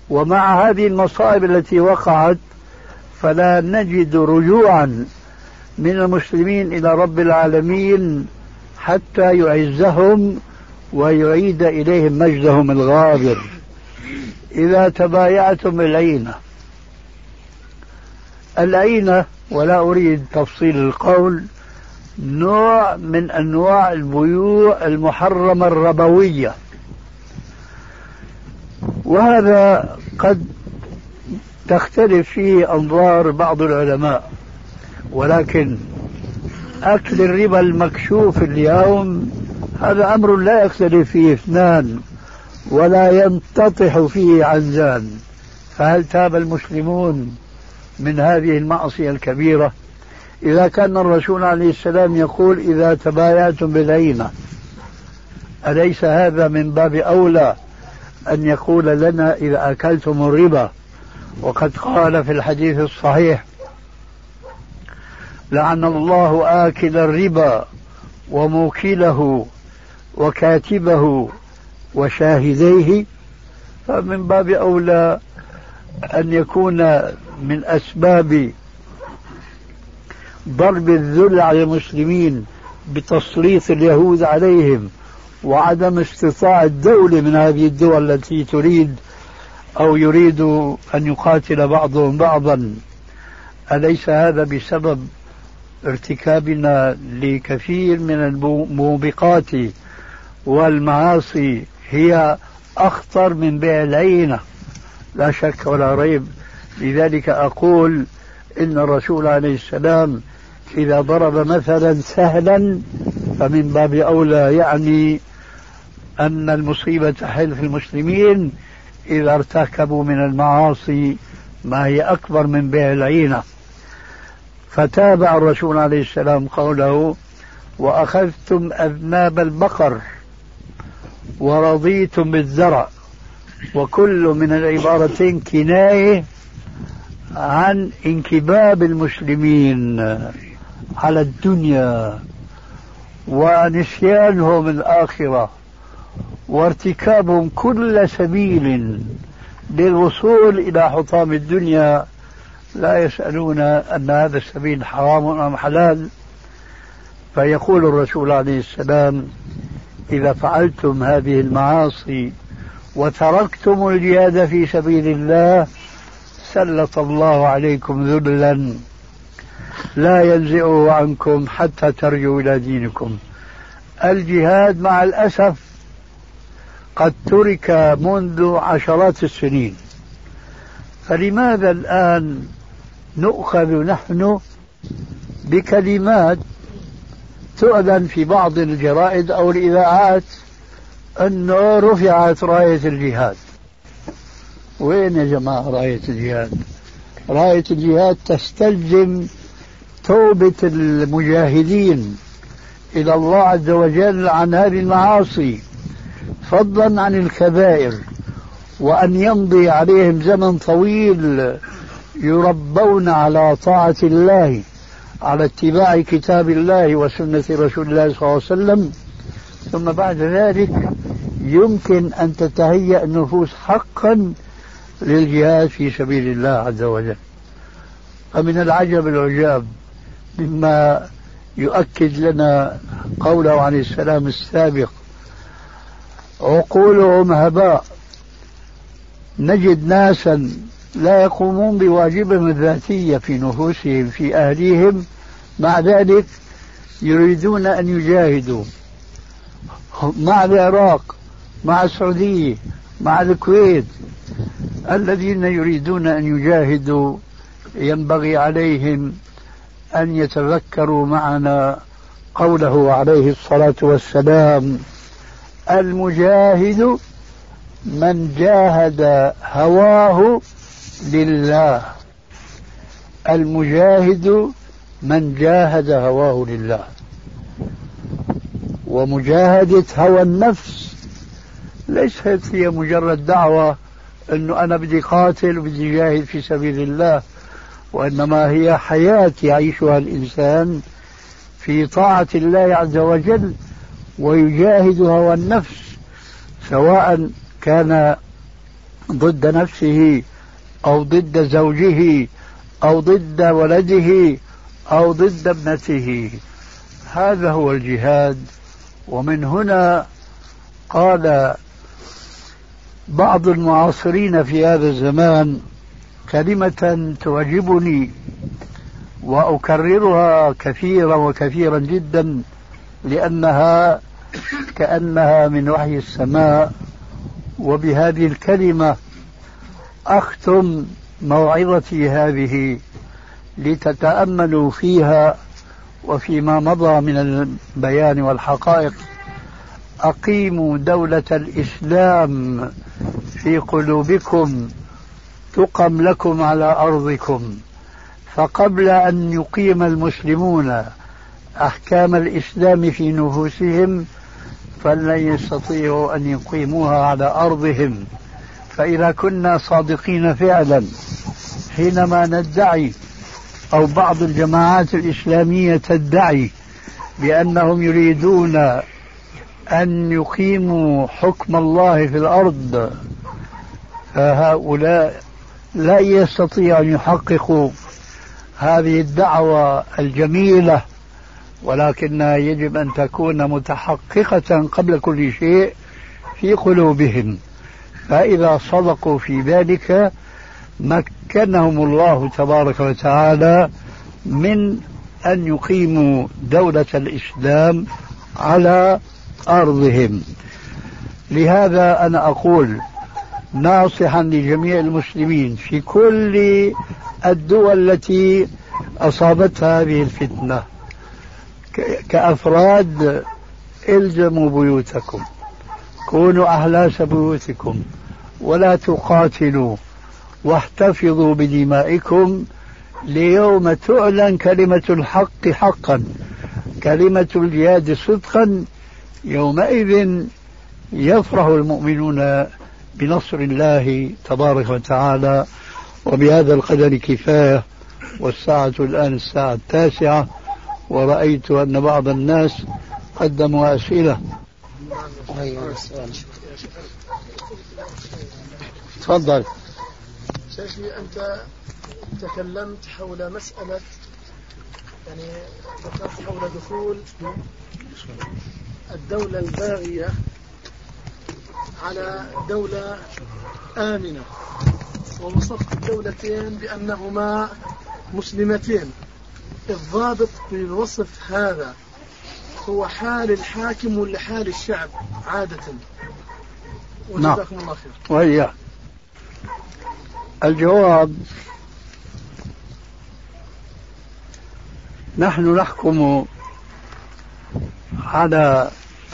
ومع هذه المصائب التي وقعت فلا نجد رجوعا من المسلمين إلى رب العالمين حتى يعزهم ويعيد إليهم مجدهم الغابر. إذا تبايعتم بالعينة، العينة ولا أريد تفصيل القول، نوع من أنواع البيوع المحرمة الربوية، وهذا قد تختلف فيه أنظار بعض العلماء، ولكن أكل الربا المكشوف اليوم هذا أمر لا يختلف فيه اثنان ولا ينتطح فيه عنزان. فهل تاب المسلمون من هذه المعصية الكبيرة؟ إذا كان الرسول عليه السلام يقول إذا تبايعتم بالعينة، أليس هذا من باب أولى أن يقول لنا إذا أكلتم الربا؟ وقد قال في الحديث الصحيح: لعن الله آكل الربا وموكله وكاتبه وشاهديه. فمن باب أولى أن يكون من أسباب ضرب الذل على المسلمين بتسليط اليهود عليهم وعدم استطاعة الدولة من هذه الدول التي تريد أو يريد أن يقاتل بعضهم بعضا، أليس هذا بسبب ارتكابنا لكثير من الموبقات والمعاصي هي أخطر من بيع العينة؟ لا شك ولا ريب. لذلك أقول إن الرسول عليه السلام إذا ضرب مثلا سهلا فمن باب أولى، يعني أن المصيبة تحل في المسلمين إذا ارتكبوا من المعاصي ما هي أكبر من بيع العينة. فتابع الرسول عليه السلام قوله: وأخذتم أذناب البقر ورضيتم بالزرع. وكل من العبارتين كناية عن انكباب المسلمين على الدنيا ونسيانهم الآخرة وارتكابهم كل سبيل للوصول إلى حطام الدنيا، لا يسألون أن هذا السبيل حرام أم حلال. فيقول الرسول عليه السلام: إذا فعلتم هذه المعاصي وتركتم الجهاد في سبيل الله سلط الله عليكم ذلا لا ينزعه عنكم حتى ترجعوا إلى دينكم. الجهاد مع الأسف قد ترك منذ عشرات السنين، فلماذا الآن نؤخذ نحن بكلمات تؤذن في بعض الجرائد أو الإذاعات أنه رفعت راية الجهاد؟ وين يا جماعة راية الجهاد؟ راية الجهاد تستلزم توبة المجاهدين إلى الله عز وجل عن هذه المعاصي، فضلا عن الكبائر، وأن يمضي عليهم زمن طويل يربون على طاعة الله، على اتباع كتاب الله وسنة رسول الله صلى الله عليه وسلم، ثم بعد ذلك يمكن أن تتهيأ النفوس حقا للجهاد في سبيل الله عز وجل. فمن العجب العجاب مما يؤكد لنا قوله عليه السلام السابق: عقولهم هباء. نجد ناسا لا يقومون بواجبهم الذاتية في نفوسهم في أهليهم، مع ذلك يريدون أن يجاهدوا مع العراق، مع السعودية، مع الكويت. الذين يريدون أن يجاهدوا ينبغي عليهم أن يتذكروا معنا قوله عليه الصلاة والسلام: المجاهد من جاهد هواه لله. المجاهد من جاهد هواه لله. ومجاهدة هوى النفس ليست هي مجرد دعوة أنه أنا بدي قاتل وبدي جاهد في سبيل الله، وإنما هي حياة يعيشها الإنسان في طاعة الله عز وجل ويجاهد هوى النفس، سواء كان ضد نفسه أو ضد زوجه أو ضد ولده أو ضد ابنته، هذا هو الجهاد. ومن هنا قال بعض المعاصرين في هذا الزمان كلمة تعجبني وأكررها كثيرا وكثيرا جدا، لأنها كأنها من وحي السماء. وبهذه الكلمة أختم موعظتي هذه لتتأملوا فيها وفيما مضى من البيان والحقائق. أقيموا دولة الإسلام في قلوبكم تقم لكم على أرضكم. فقبل أن يقيم المسلمون أحكام الإسلام في نفوسهم فلن يستطيعوا أن يقيموها على أرضهم. فإذا كنا صادقين فعلا حينما ندعي أو بعض الجماعات الإسلامية تدعي بأنهم يريدون أن يقيموا حكم الله في الأرض، فهؤلاء لا يستطيع أن يحققوا هذه الدعوة الجميلة، ولكنها يجب أن تكون متحققة قبل كل شيء في قلوبهم. فإذا صدقوا في ذلك مكنهم الله تبارك وتعالى من أن يقيموا دولة الإسلام على أرضهم. لهذا أنا أقول ناصحا لجميع المسلمين في كل الدول التي أصابتها هذه الفتنة كأفراد: الزموا بيوتكم، كونوا أحلاس بيوتكم، ولا تقاتلوا، واحتفظوا بدمائكم ليوم تعلن كلمة الحق حقا، كلمة الجهاد صدقا. يومئذ يفرح المؤمنون بنصر الله تبارك وتعالى. وبهذا القدر كفاية، والساعة الآن الساعة 9، ورأيت أن بعض الناس قدموا أسئلة. تفضل شيخي. أنت تكلمت حول مسألة، يعني ذكرت حول دخول الدولة الباغية على دولة آمنة، ووصفت الدولتين بأنهما مسلمتين. الضابط في الوصف هذا هو حال الحاكم ولا حال الشعب عادة؟ وجزاكم الله خير. وهي الجواب: نحن نحكم على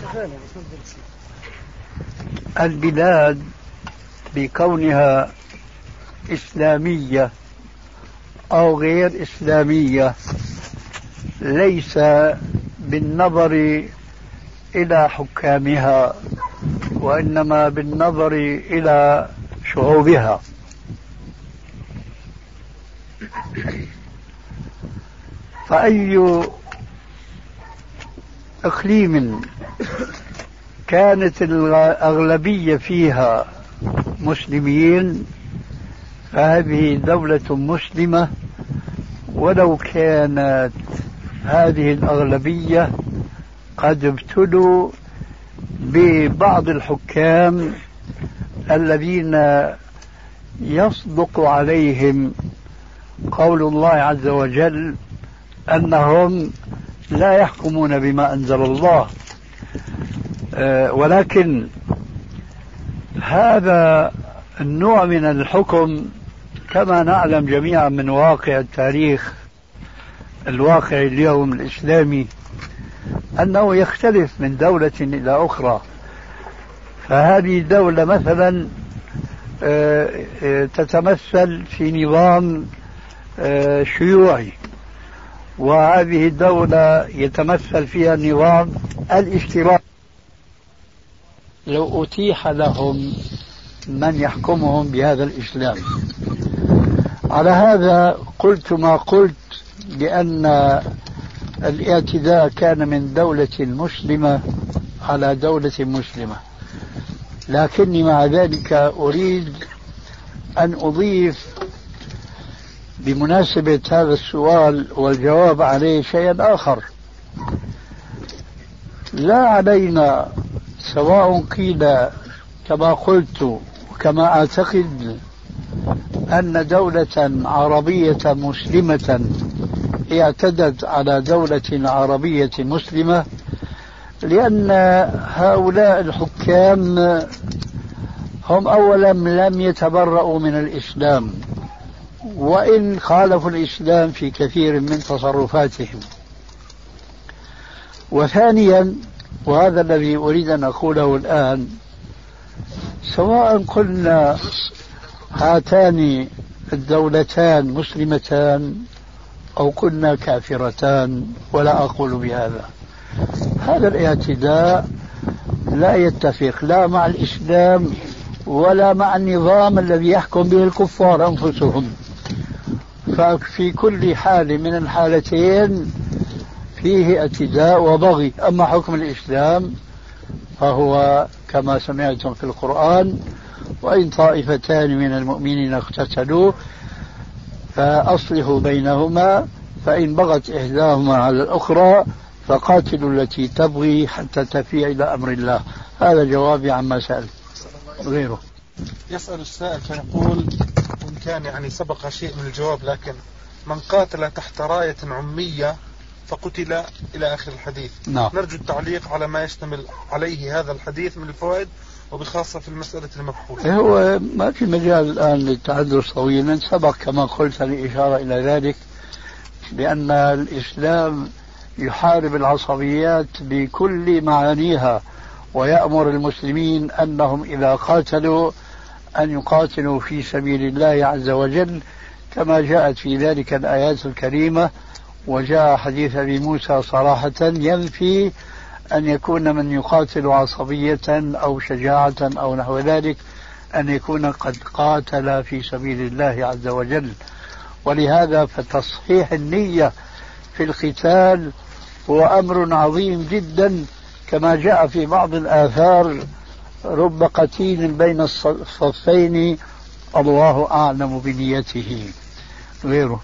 البلاد بكونها إسلامية أو غير إسلامية، ليس بالنظر إلى حكامها، وإنما بالنظر إلى شعوبها. فأي إقليم كانت الأغلبية فيها مسلمين فهذه دولة مسلمة، ولو كانت هذه الأغلبية قد ابتلوا ببعض الحكام الذين يصدق عليهم قول الله عز وجل أنهم لا يحكمون بما أنزل الله. ولكن هذا النوع من الحكم كما نعلم جميعا من واقع التاريخ الواقع اليوم الإسلامي أنه يختلف من دولة إلى أخرى. فهذه الدولة مثلا تتمثل في نظام شيوعي، وهذه الدولة يتمثل فيها النظام الاشتراكي. لو أتيح لهم من يحكمهم بهذا الإسلام. على هذا قلت ما قلت، بأن الاعتداء كان من دولة مسلمة على دولة مسلمة، لكني مع ذلك أريد أن أضيف بمناسبة هذا السؤال والجواب عليه شيء آخر. لا علينا سواء قيل كما قلت وكما أعتقد أن دولة عربية مسلمة اعتدت على دولة عربية مسلمة، لأن هؤلاء الحكام هم أولا لم يتبرؤوا من الإسلام، وإن خالفوا الإسلام في كثير من تصرفاتهم. وثانيا، وهذا الذي أريد أن أقوله الآن، سواء قلنا هاتان الدولتان مسلمتان أو قلنا كافرتان، ولا أقول بهذا، هذا الاعتداء لا يتفق لا مع الإسلام ولا مع النظام الذي يحكم به الكفار أنفسهم. ففي كل حال من الحالتين فيه اعتداء وبغي. أما حكم الإسلام فهو كما سمعتم في القرآن: وإن طائفتان من المؤمنين اقتتلوا فأصلحوا بينهما فإن بغت إحداهما على الأخرى فقاتلوا التي تبغي حتى تفيء إلى أمر الله. هذا جوابي عما سأل. غيره يسأل السائل فيقول: إن كان سبق شيء من الجواب، لكن من قاتل تحت راية عمية فقتل إلى آخر الحديث. نرجو التعليق على ما يشتمل عليه هذا الحديث من الفوائد، وبخاصة في المسألة المبحوثة. هو ما في مجال الآن للتحدث طويلا، سبق كما قلت الإشارة إلى ذلك، لأن الإسلام يحارب العصبيات بكل معانيها، ويأمر المسلمين أنهم إذا قاتلوا أن يقاتلوا في سبيل الله عز وجل، كما جاءت في ذلك الآيات الكريمة. وجاء حديث أبي موسى صراحة ينفي أن يكون من يقاتل عصبية أو شجاعة أو نحو ذلك أن يكون قد قاتل في سبيل الله عز وجل. ولهذا فتصحيح النية في القتال هو أمر عظيم جدا، كما جاء في بعض الآثار: رب قتيل بين الصفين الله أعلم بنيته. غيره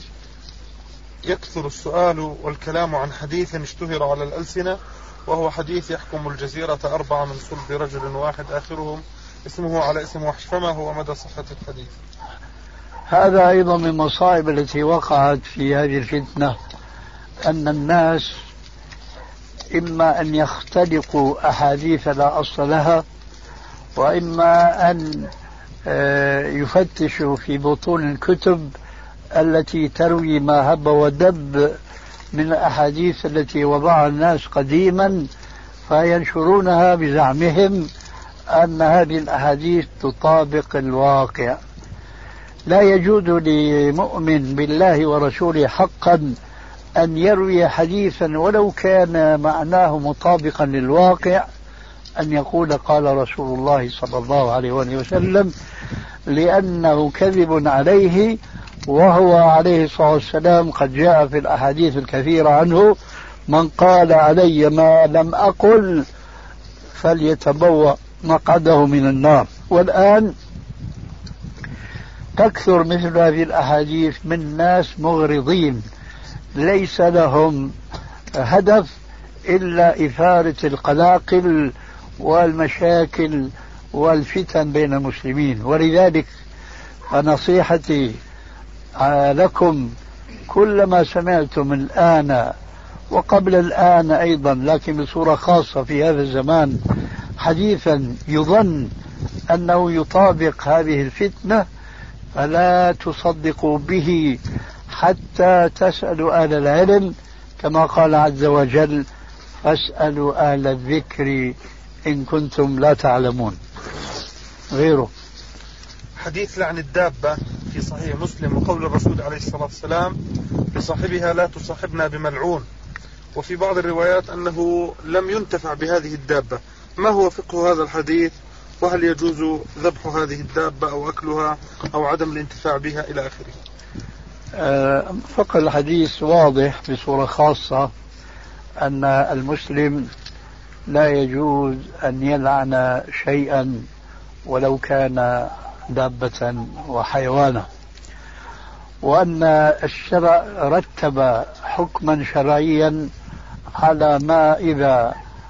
يكثر السؤال والكلام عن حديث اشتهر على الألسنة، وهو حديث يحكم الجزيرة 4 من صلب رجل واحد آخرهم اسمه على اسم وحش، فما هو مدى صحة الحديث؟ هذا أيضا من المصائب التي وقعت في هذه الفتنة، أن الناس إما أن يختلقوا أحاديث لا أصل لها، وإما أن يفتشوا في بطون الكتب التي تروي ما هب ودب من الأحاديث التي وضعها الناس قديما، فينشرونها بزعمهم أن هذه الأحاديث تطابق الواقع. لا يجوز لمؤمن بالله ورسوله حقا أن يروي حديثا ولو كان معناه مطابقا للواقع أن يقول قال رسول الله صلى الله عليه وسلم، لأنه كذب عليه، وهو عليه الصلاة والسلام قد جاء في الأحاديث الكثيرة عنه: من قال علي ما لم أقل فليتبوأ مقعده من النار. والآن تكثر مثل هذه الأحاديث من ناس مغرضين ليس لهم هدف إلا إثارة القلاقل والمشاكل والفتن بين المسلمين. ولذلك فنصيحتي لكم كلما سمعتم الآن وقبل الآن أيضا، لكن بصورة خاصة في هذا الزمان، حديثا يظن أنه يطابق هذه الفتنة فلا تصدقوا به حتى تسألوا أهل العلم، كما قال عز وجل: فاسألوا أهل الذكر إن كنتم لا تعلمون. غيره حديث لعن الدابة في صحيح مسلم، وقول الرسول عليه الصلاة والسلام لصاحبها: لا تصاحبنا بملعون. وفي بعض الروايات أنه لم ينتفع بهذه الدابة. ما هو فقه هذا الحديث؟ وهل يجوز ذبح هذه الدابة أو أكلها أو عدم الانتفاع بها إلى آخره؟ فقه الحديث واضح بصورة خاصة، أن المسلم لا يجوز أن يلعن شيئا ولو كان دابة وحيوانا. وأن الشرع رتب حكما شرعيا على ما إذا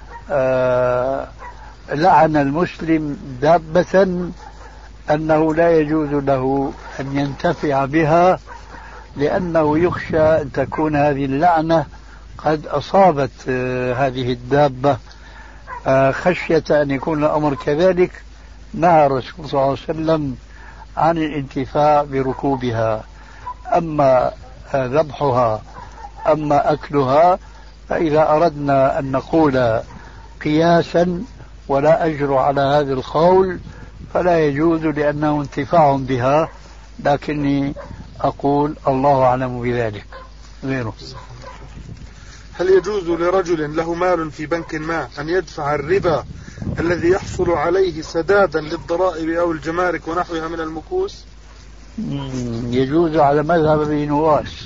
لعن المسلم دابة أنه لا يجوز له أن ينتفع بها، لأنه يخشى أن تكون هذه اللعنة قد أصابت هذه الدابة، خشية أن يكون الأمر كذلك. نهى الرسول صلى الله عليه وسلم عن الانتفاع بركوبها. أما ذبحها أما أكلها، فإذا أردنا أن نقول قياسا ولا أجر على هذا القول فلا يجوز، لأنه انتفاع بها، لكني أقول الله أعلم بذلك غيره. هل يجوز لرجل له مال في بنك ما أن يدفع الربا الذي يحصل عليه سدادا للضرائب أو الجمارك ونحوها من المكوس؟ يجوز على مذهب ابن نواس،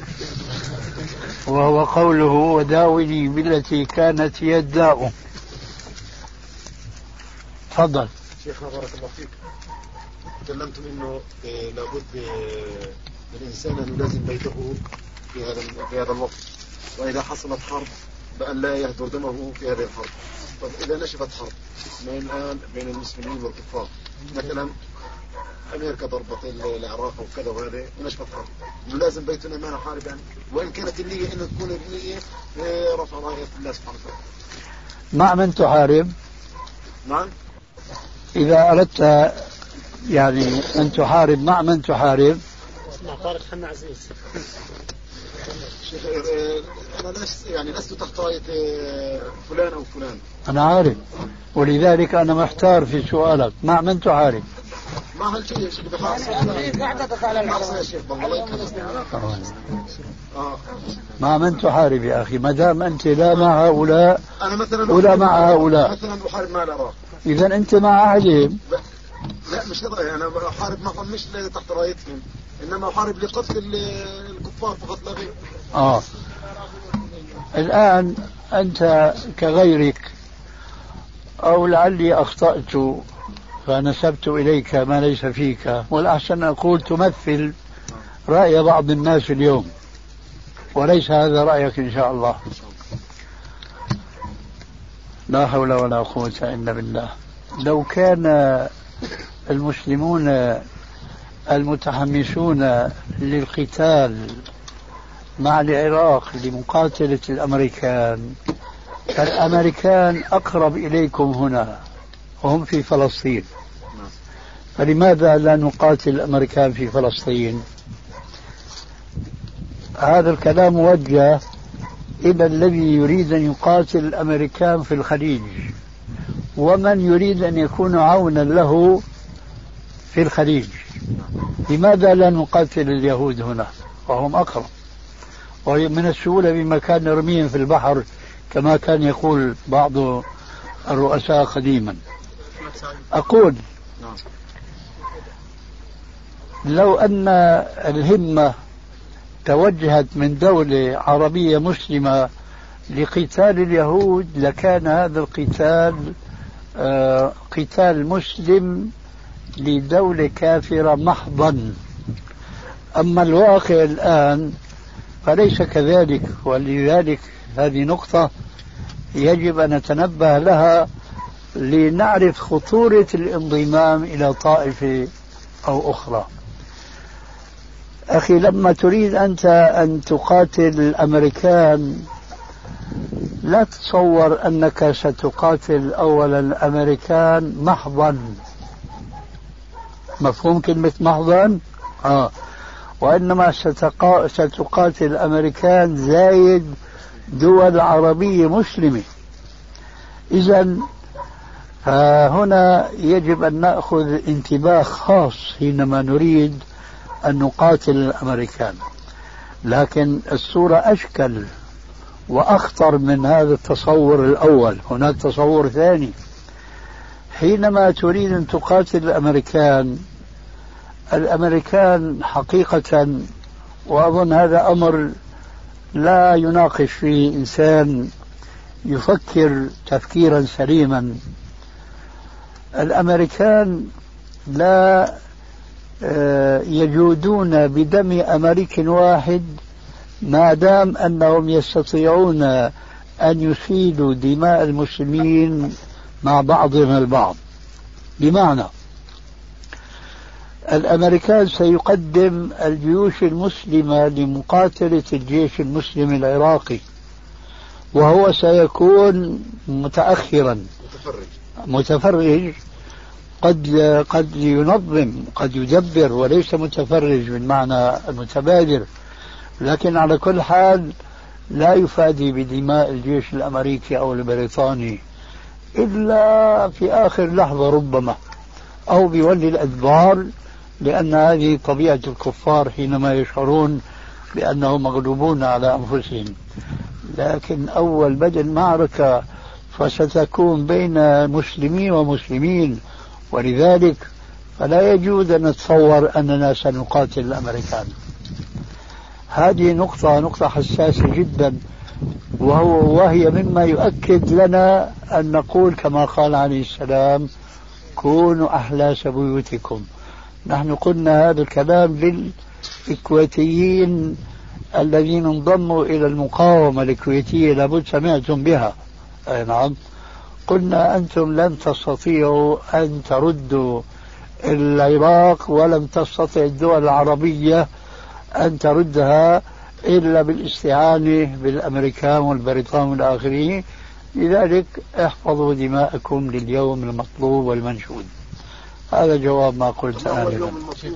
وهو قوله وداوني بالتي كانت يداء. تفضل. شيخنا بارك الله فيك، تكلمتم انه لابد للانسان ان يلازم بيته في هذا الوقت، واذا حصلت حرب بأن لا يهدر دمه في هذه الحرب. طب اذا نشبت حرب الان بين المسلمين والكفار، مثلا امريكا ضربت العراق وكذا وهذا ونشبت حرب، نلازم بيتنا ما نحارب يعني، وان كانت النية ان تكون النية رفع راية الله سبحانه وتعالى. مع من تحارب؟ نعم. إذا أردت يعني أن تحارب، مع من تحارب؟ مع طارق حنا عزيز. شيخ أنا لست تحت راية فلان أو فلان. أنا عارف، ولذلك أنا محتار في سؤالك، مع من تحارب؟ مع هالشيء يا شيخ مع من تحارب يا أخي؟ ما دام أنت لا مع هؤلاء أنا مثلا ولا مع هؤلاء، مثلا أحارب مع العراق، إذا أنت مع أهلهم. لا مش كذا، أنا أحارب معهم مش تحت رايتهم، إنما أحارب لقتل الكفار فقط لا غير. الآن أنت كغيرك، أو لعلي أخطأت فنسبت إليك ما ليس فيك، والأحسن أقول تمثل رأي بعض الناس اليوم، وليس هذا رأيك إن شاء الله. لا حول ولا قوة إلا بالله. لو كان المسلمون المتحمسون للقتال مع العراق لمقاتلة الأمريكان، فالأمريكان أقرب إليكم هنا وهم في فلسطين، فلماذا لا نقاتل الأمريكان في فلسطين؟ هذا الكلام موجه إلى الذي يريد أن يقاتل الأمريكان في الخليج، ومن يريد أن يكون عونا له في الخليج. لماذا لا نقاتل اليهود هنا وهم أقرب، ومن السهولة بمكان نرميهم في البحر كما كان يقول بعض الرؤساء قديما. أقول لو أن الهمة توجهت من دولة عربية مسلمة لقتال اليهود لكان هذا القتال قتال مسلم لدولة كافرة محضا. أما الواقع الآن فليس كذلك، ولذلك هذه نقطة يجب أن نتنبه لها لنعرف خطورة الانضمام إلى طائفة أو أخرى. أخي، لما تريد أنت أن تقاتل الأمريكان لا تتصور أنك ستقاتل أولا الأمريكان محضا. مفهوم كلمة محضا؟ وإنما ستقاتل الأمريكان زايد دول عربية مسلمة. إذن هنا يجب أن نأخذ انتباه خاص حينما نريد أن نقاتل الأمريكان. لكن الصورة أشكل وأخطر من هذا التصور الأول. هناك تصور ثاني، حينما تريد أن تقاتل الأمريكان حقيقة، وأظن هذا أمر لا يناقش فيه إنسان يفكر تفكيرا سليما، الأمريكان لا يجودون بدم أمريكي واحد ما دام أنهم يستطيعون أن يسيلوا دماء المسلمين مع بعضهم البعض. بمعنى الأمريكان سيقدم الجيوش المسلمة لمقاتلة الجيش المسلم العراقي، وهو سيكون متأخرا متفرج، قد ينظم قد يدبر وليس متفرج بالمعنى المتبادر، لكن على كل حال لا يفادي بدماء الجيش الأمريكي أو البريطاني إلا في آخر لحظة ربما، أو بيولي الأدبار، لأن هذه طبيعة الكفار حينما يشعرون بأنهم مغلوبون على أنفسهم. لكن أول بدء المعركة فستكون بين مسلمين ومسلمين، ولذلك فلا يجوز أن نتصور أننا سنقاتل الأمريكان. هذه نقطة حساسة جدا، وهي مما يؤكد لنا أن نقول كما قال عليه السلام: كونوا أحلاس بيوتكم. نحن قلنا هذا الكلام للكويتيين الذين انضموا إلى المقاومة الكويتية، لابد سمعتم بها. نعم، قلنا أنتم لن تستطيعوا أن تردوا العراق، ولم تستطع الدول العربية أن تردها إلا بالاستعانة بالأمريكان والبريطان والآخرين. لذلك احفظوا دماءكم لليوم المطلوب والمنشود. هذا جواب ما قلت آنفا.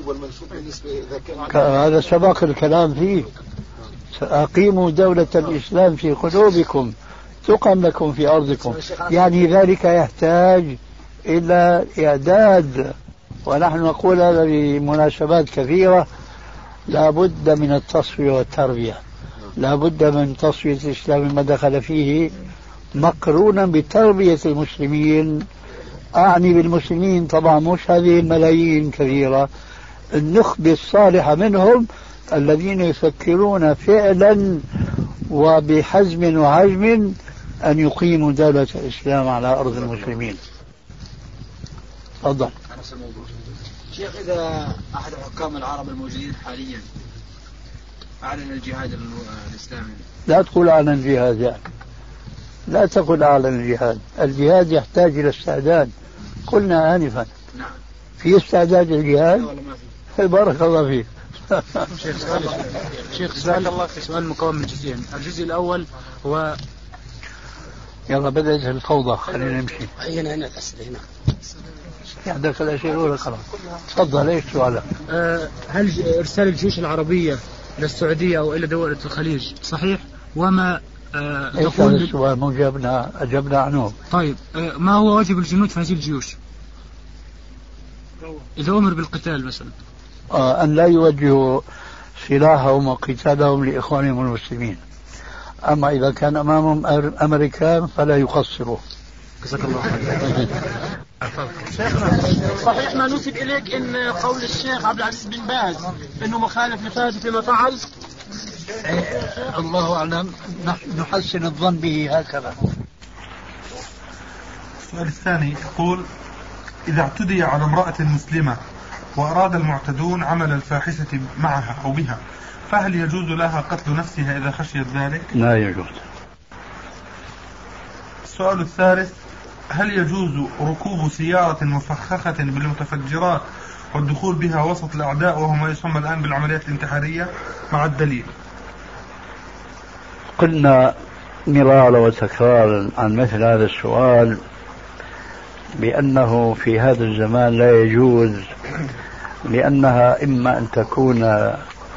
هذا سبق الكلام فيه. أقيموا دولة الإسلام في قلوبكم تقم لكم في أرضكم، يعني ذلك يحتاج إلى إعداد، ونحن نقول هذا بمناسبات كثيرة. لا بد من التصفية والتربية، لا بد من تصفية الإسلام ما دخل فيه مقرونا بتربية المسلمين. أعني بالمسلمين طبعا مش هذه الملايين كثيرة، النخبة الصالحة منهم الذين يفكرون فعلا وبحزم وعزم أن يقيموا دولة الإسلام على أرض المسلمين. تفضل. شيخ، إذا أحد حكام العرب الموجودين حاليا أعلن الجهاد الإسلامي، لا تقول أعلن الجهاد، يعني لا تقل أعلن الجهاد. الجهاد يحتاج إلى استعداد، قلنا آنفا. نعم. في استعداد الجهاد؟ بارك الله فيك. شيخ سؤال مكون من جزئين. الجزء الأول هو يلا بدأت الفوضى، خلينا نمشي. هنا الأسئلة هنا. عندك الأشياء الأولى خلاص. تفضل، ايش سؤالك؟ هل إرسال الجيوش العربية إلى السعودية أو إلى دول الخليج صحيح؟ وما ايش هذا السؤال؟ مو أجبنا عنه. طيب، ما هو واجب الجنود في هذه الجيوش إذا أمر بالقتال مثلا؟ أن لا يوجهوا سلاحهم وقتالهم لإخوانهم المسلمين. أما إذا كان أمامهم أمريكان فلا يقصروا. جزاك الله خير. شيخنا، صحيح ما نسب إليك إن قول الشيخ عبد العزيز بن باز إنه مخالف لفاسد فيما فعل؟ الله أعلم، نحسن الظن به هكذا. السؤال الثاني يقول: إذا اعتدي على امرأة مسلمة وأراد المعتدون عمل الفاحشة معها أو بها، فهل يجوز لها قتل نفسها إذا خشيت ذلك؟ لا يجوز. السؤال الثالث: هل يجوز ركوب سيارة مفخخة بالمتفجرات والدخول بها وسط الأعداء وهو ما يسمى الآن بالعمليات الانتحارية مع الدليل؟ قلنا مرارا وتكرارا عن مثل هذا السؤال بأنه في هذا الزمان لا يجوز، لأنها إما أن تكون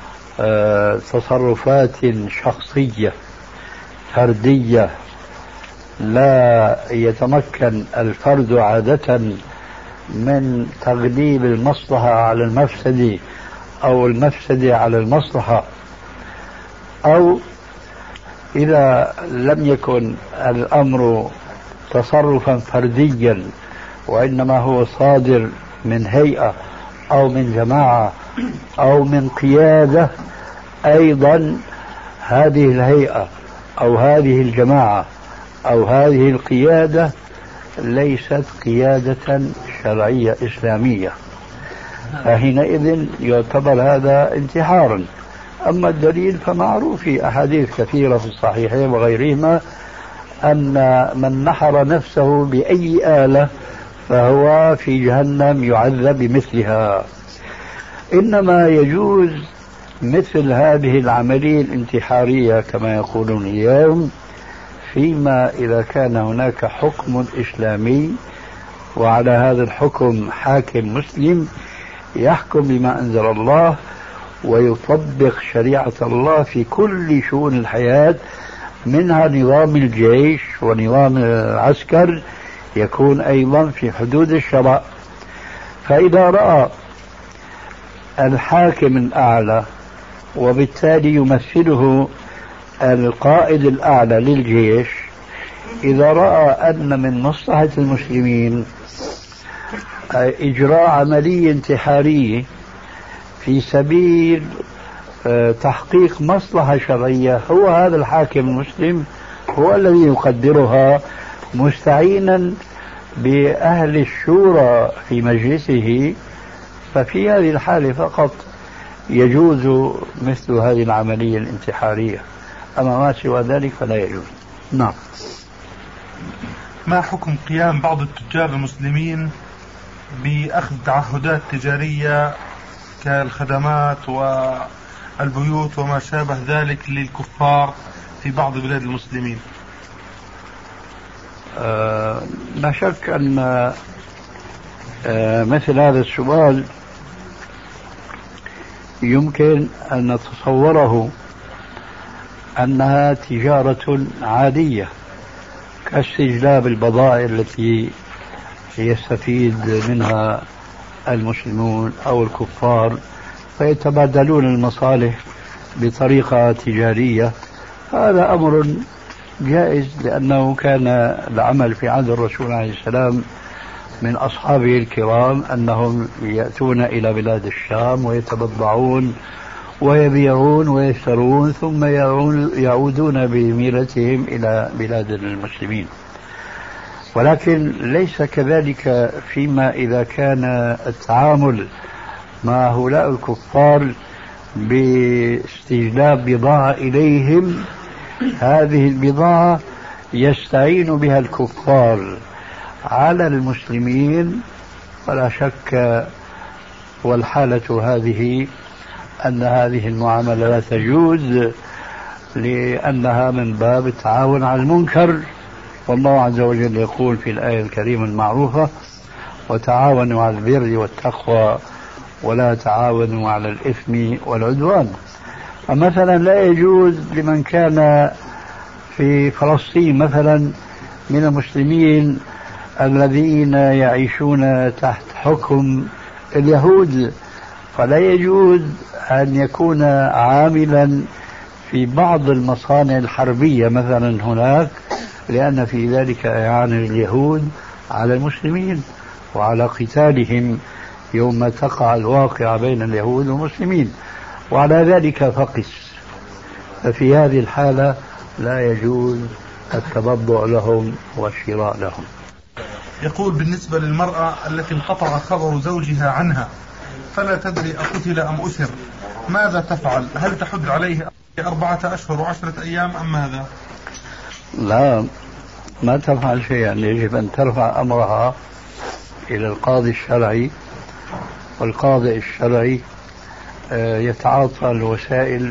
تصرفات شخصية فردية لا يتمكن الفرد عادة من تغليب المصلحة على المفسدة أو المفسدة على المصلحة، أو إذا لم يكن الأمر تصرفا فرديا وإنما هو صادر من هيئة أو من جماعة أو من قيادة، أيضا هذه الهيئة أو هذه الجماعة أو هذه القيادة ليست قيادة شرعية إسلامية، فحينئذ يعتبر هذا انتحارا. أما الدليل فمعروف في أحاديث كثيرة في الصحيحين وغيرهما أن من نحر نفسه بأي آلة فهو في جهنم يعذب بمثلها. إنما يجوز مثل هذه العملية الانتحارية كما يقولون اليوم فيما إذا كان هناك حكم إسلامي وعلى هذا الحكم حاكم مسلم يحكم بما أنزل الله ويطبق شريعة الله في كل شؤون الحياة، منها نظام الجيش ونظام العسكر يكون أيضا في حدود الشرع. فإذا رأى الحاكم الأعلى وبالتالي يمثله القائد الأعلى للجيش، إذا رأى أن من مصلحة المسلمين إجراء عملية انتحارية في سبيل تحقيق مصلحة شرعية، هو هذا الحاكم المسلم هو الذي يقدرها مستعينا بأهل الشورى في مجلسه، ففي هذه الحالة فقط يجوز مثل هذه العملية الانتحارية، أما ما سوى ذلك فلا يجوز. نعم. ما حكم قيام بعض التجار المسلمين بأخذ تعهدات تجارية كالخدمات والبيوت وما شابه ذلك للكفار في بعض بلاد المسلمين؟ لا شك أن مثل هذا السؤال يمكن أن نتصوره أنها تجارة عادية كاستجلاب البضائع التي يستفيد منها المسلمون أو الكفار فيتبادلون المصالح بطريقة تجارية. هذا أمر جائز لأنه كان العمل في عهد الرسول عليه السلام من أصحابه الكرام أنهم يأتون إلى بلاد الشام ويتبضعون ويبيعون ويشترون ثم يعودون بميرتهم إلى بلاد المسلمين. ولكن ليس كذلك فيما إذا كان التعامل مع هؤلاء الكفار باستجلاب بضاعة إليهم، هذه البضاعة يستعين بها الكفار على المسلمين، فلا شك والحالة هذه أن هذه المعاملة لا تجوز لأنها من باب التعاون على المنكر، والله عز وجل يقول في الآية الكريمة المعروفة: وتعاونوا على البر والتقوى ولا تعاونوا على الإثم والعدوان. فمثلا لا يجوز لمن كان في فلسطين مثلا من المسلمين الذين يعيشون تحت حكم اليهود، فلا يجوز أن يكون عاملا في بعض المصانع الحربية مثلا هناك، لأن في ذلك إعانة اليهود على المسلمين وعلى قتالهم يوم تقع الواقعة بين اليهود والمسلمين، وعلى ذلك فقس. ففي هذه الحالة لا يجوز التبضع لهم والشراء لهم. يقول: بالنسبة للمرأة التي انقطع خبر زوجها عنها فلا تدري أقتل أم أسر، ماذا تفعل؟ هل تحد عليه 4 أشهر و10 أيام أم ماذا؟ لا، ما تفعل شيئا، يجب أن ترفع أمرها إلى القاضي الشرعي، والقاضي الشرعي يتعاطى الوسائل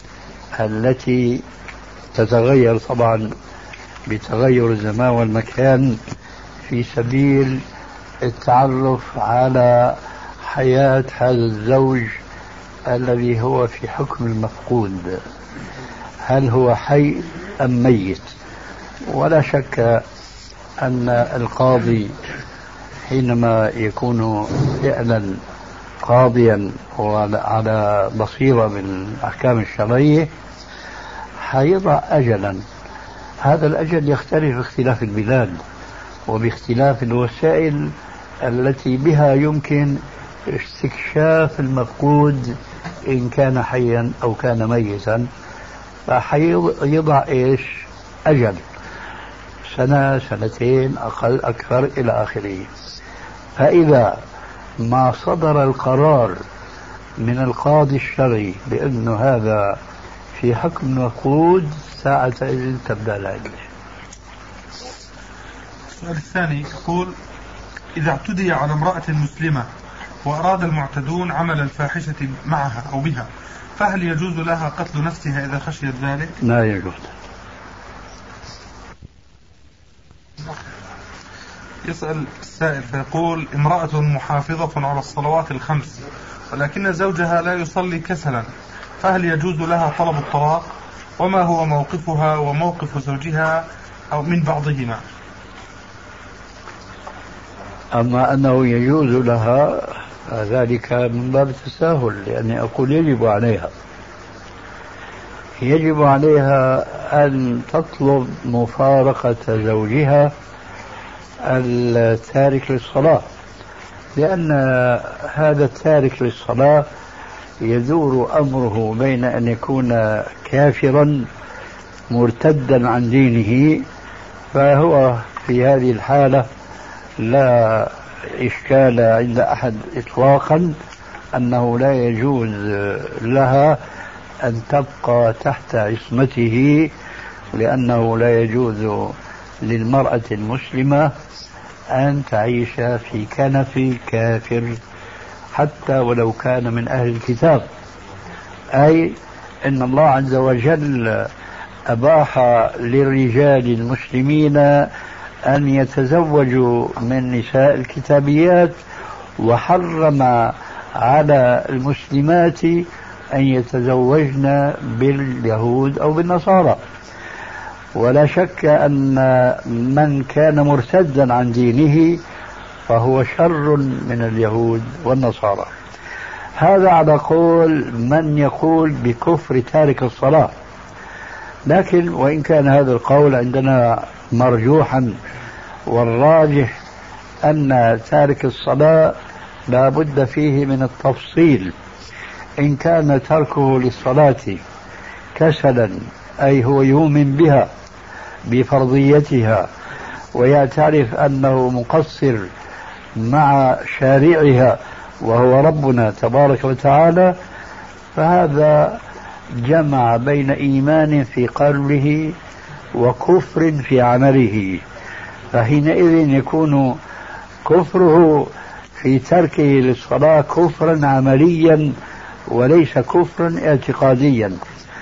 التي تتغير طبعا بتغير الزمان والمكان في سبيل التعرف على حياة هذا الزوج الذي هو في حكم المفقود، هل هو حي أم ميت. ولا شك أن القاضي حينما يكون فعلا قاضيا وعلى بصيرة من الأحكام الشرعية حيضع أجلا. هذا الأجل يختلف باختلاف البلاد وباختلاف الوسائل التي بها يمكن استكشاف المفقود إن كان حيا أو كان ميتا، فحيضع إيش أجل، 1 2 سنة أقل أكثر إلى آخره. فإذا ما صدر القرار من القاضي الشرعي بأنه هذا في حكم مفقود ساعتئذ تبدأ العدة. السؤال الثاني يقول: إذا اعتدي على امرأة مسلمة وأراد المعتدون عمل الفاحشة معها أو بها، فهل يجوز لها قتل نفسها إذا خشيت ذلك؟ لا يجوز. يسأل السائل فيقول: امرأة محافظة على الصلوات الخمس ولكن زوجها لا يصلي كسلا، فهل يجوز لها طلب الطلاق؟ وما هو موقفها وموقف زوجها أو من بعضهما؟ أما أنه يجوز لها ذلك من باب التساهل، لأني أقول يجب عليها أن تطلب مفارقة زوجها التارك للصلاة، لأن هذا التارك للصلاة يدور أمره بين أن يكون كافرا مرتدا عن دينه، فهو في هذه الحالة لا إشكال عند أحد إطلاقا أنه لا يجوز لها أن تبقى تحت عصمته، لأنه لا يجوز للمرأة المسلمة أن تعيش في كنف كافر حتى ولو كان من أهل الكتاب. أي إن الله عز وجل أباح للرجال المسلمين أن يتزوجوا من نساء الكتابيات، وحرم على المسلمات أن يتزوجن باليهود أو بالنصارى. ولا شك أن من كان مرتدا عن دينه فهو شر من اليهود والنصارى. هذا على قول من يقول بكفر تارك الصلاة، لكن وإن كان هذا القول عندنا مرجوحا، والراجح أن تارك الصلاة لا بد فيه من التفصيل. إن كان تركه للصلاة كسلا، أي هو يؤمن بها بفرضيتها ويعترف أنه مقصر مع شارعها وهو ربنا تبارك وتعالى، فهذا جمع بين إيمان في قلبه وكفر في عمله، فحينئذ يكون كفره في تركه للصلاة كفرا عمليا وليس كفرا اعتقاديا.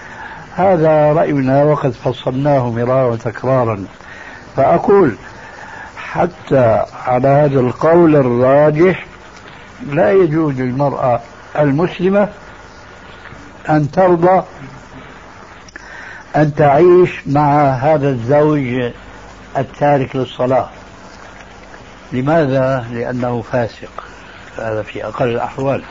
هذا رأينا وقد فصلناه مرارا وتكرارا. فأقول حتى على هذا القول الراجح لا يجوز للمرأة المسلمة أن ترضى أن تعيش مع هذا الزوج التارك للصلاة. لماذا؟ لأنه فاسق، هذا في أقل الأحوال.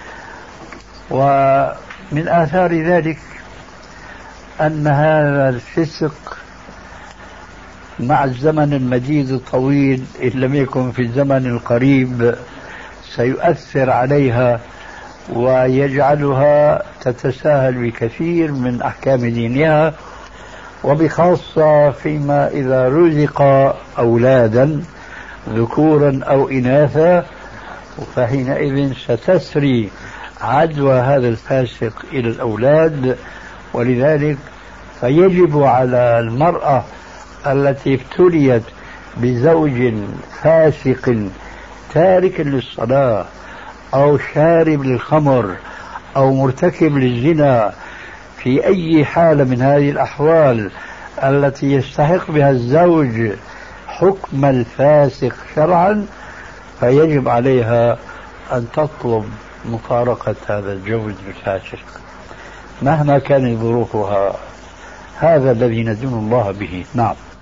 ومن آثار ذلك أن هذا الفسق مع الزمن المديد الطويل إن لم يكن في الزمن القريب سيؤثر عليها ويجعلها تتساهل بكثير من أحكام دينها، وبخاصة فيما إذا رزق أولادا ذكورا أو إناثا، فحينئذ ستسري عدوى هذا الفاسق إلى الأولاد. ولذلك فيجب على المرأة التي ابتليت بزوج فاسق تارك للصلاة أو شارب للخمر أو مرتكب للزنا في أي حالة من هذه الأحوال التي يستحق بها الزوج حكم الفاسق شرعا، فيجب عليها أن تطلب مفارقة هذا الزوج الفاسق مهما كانت ظروفها. هذا الذي ندين الله به. نعم.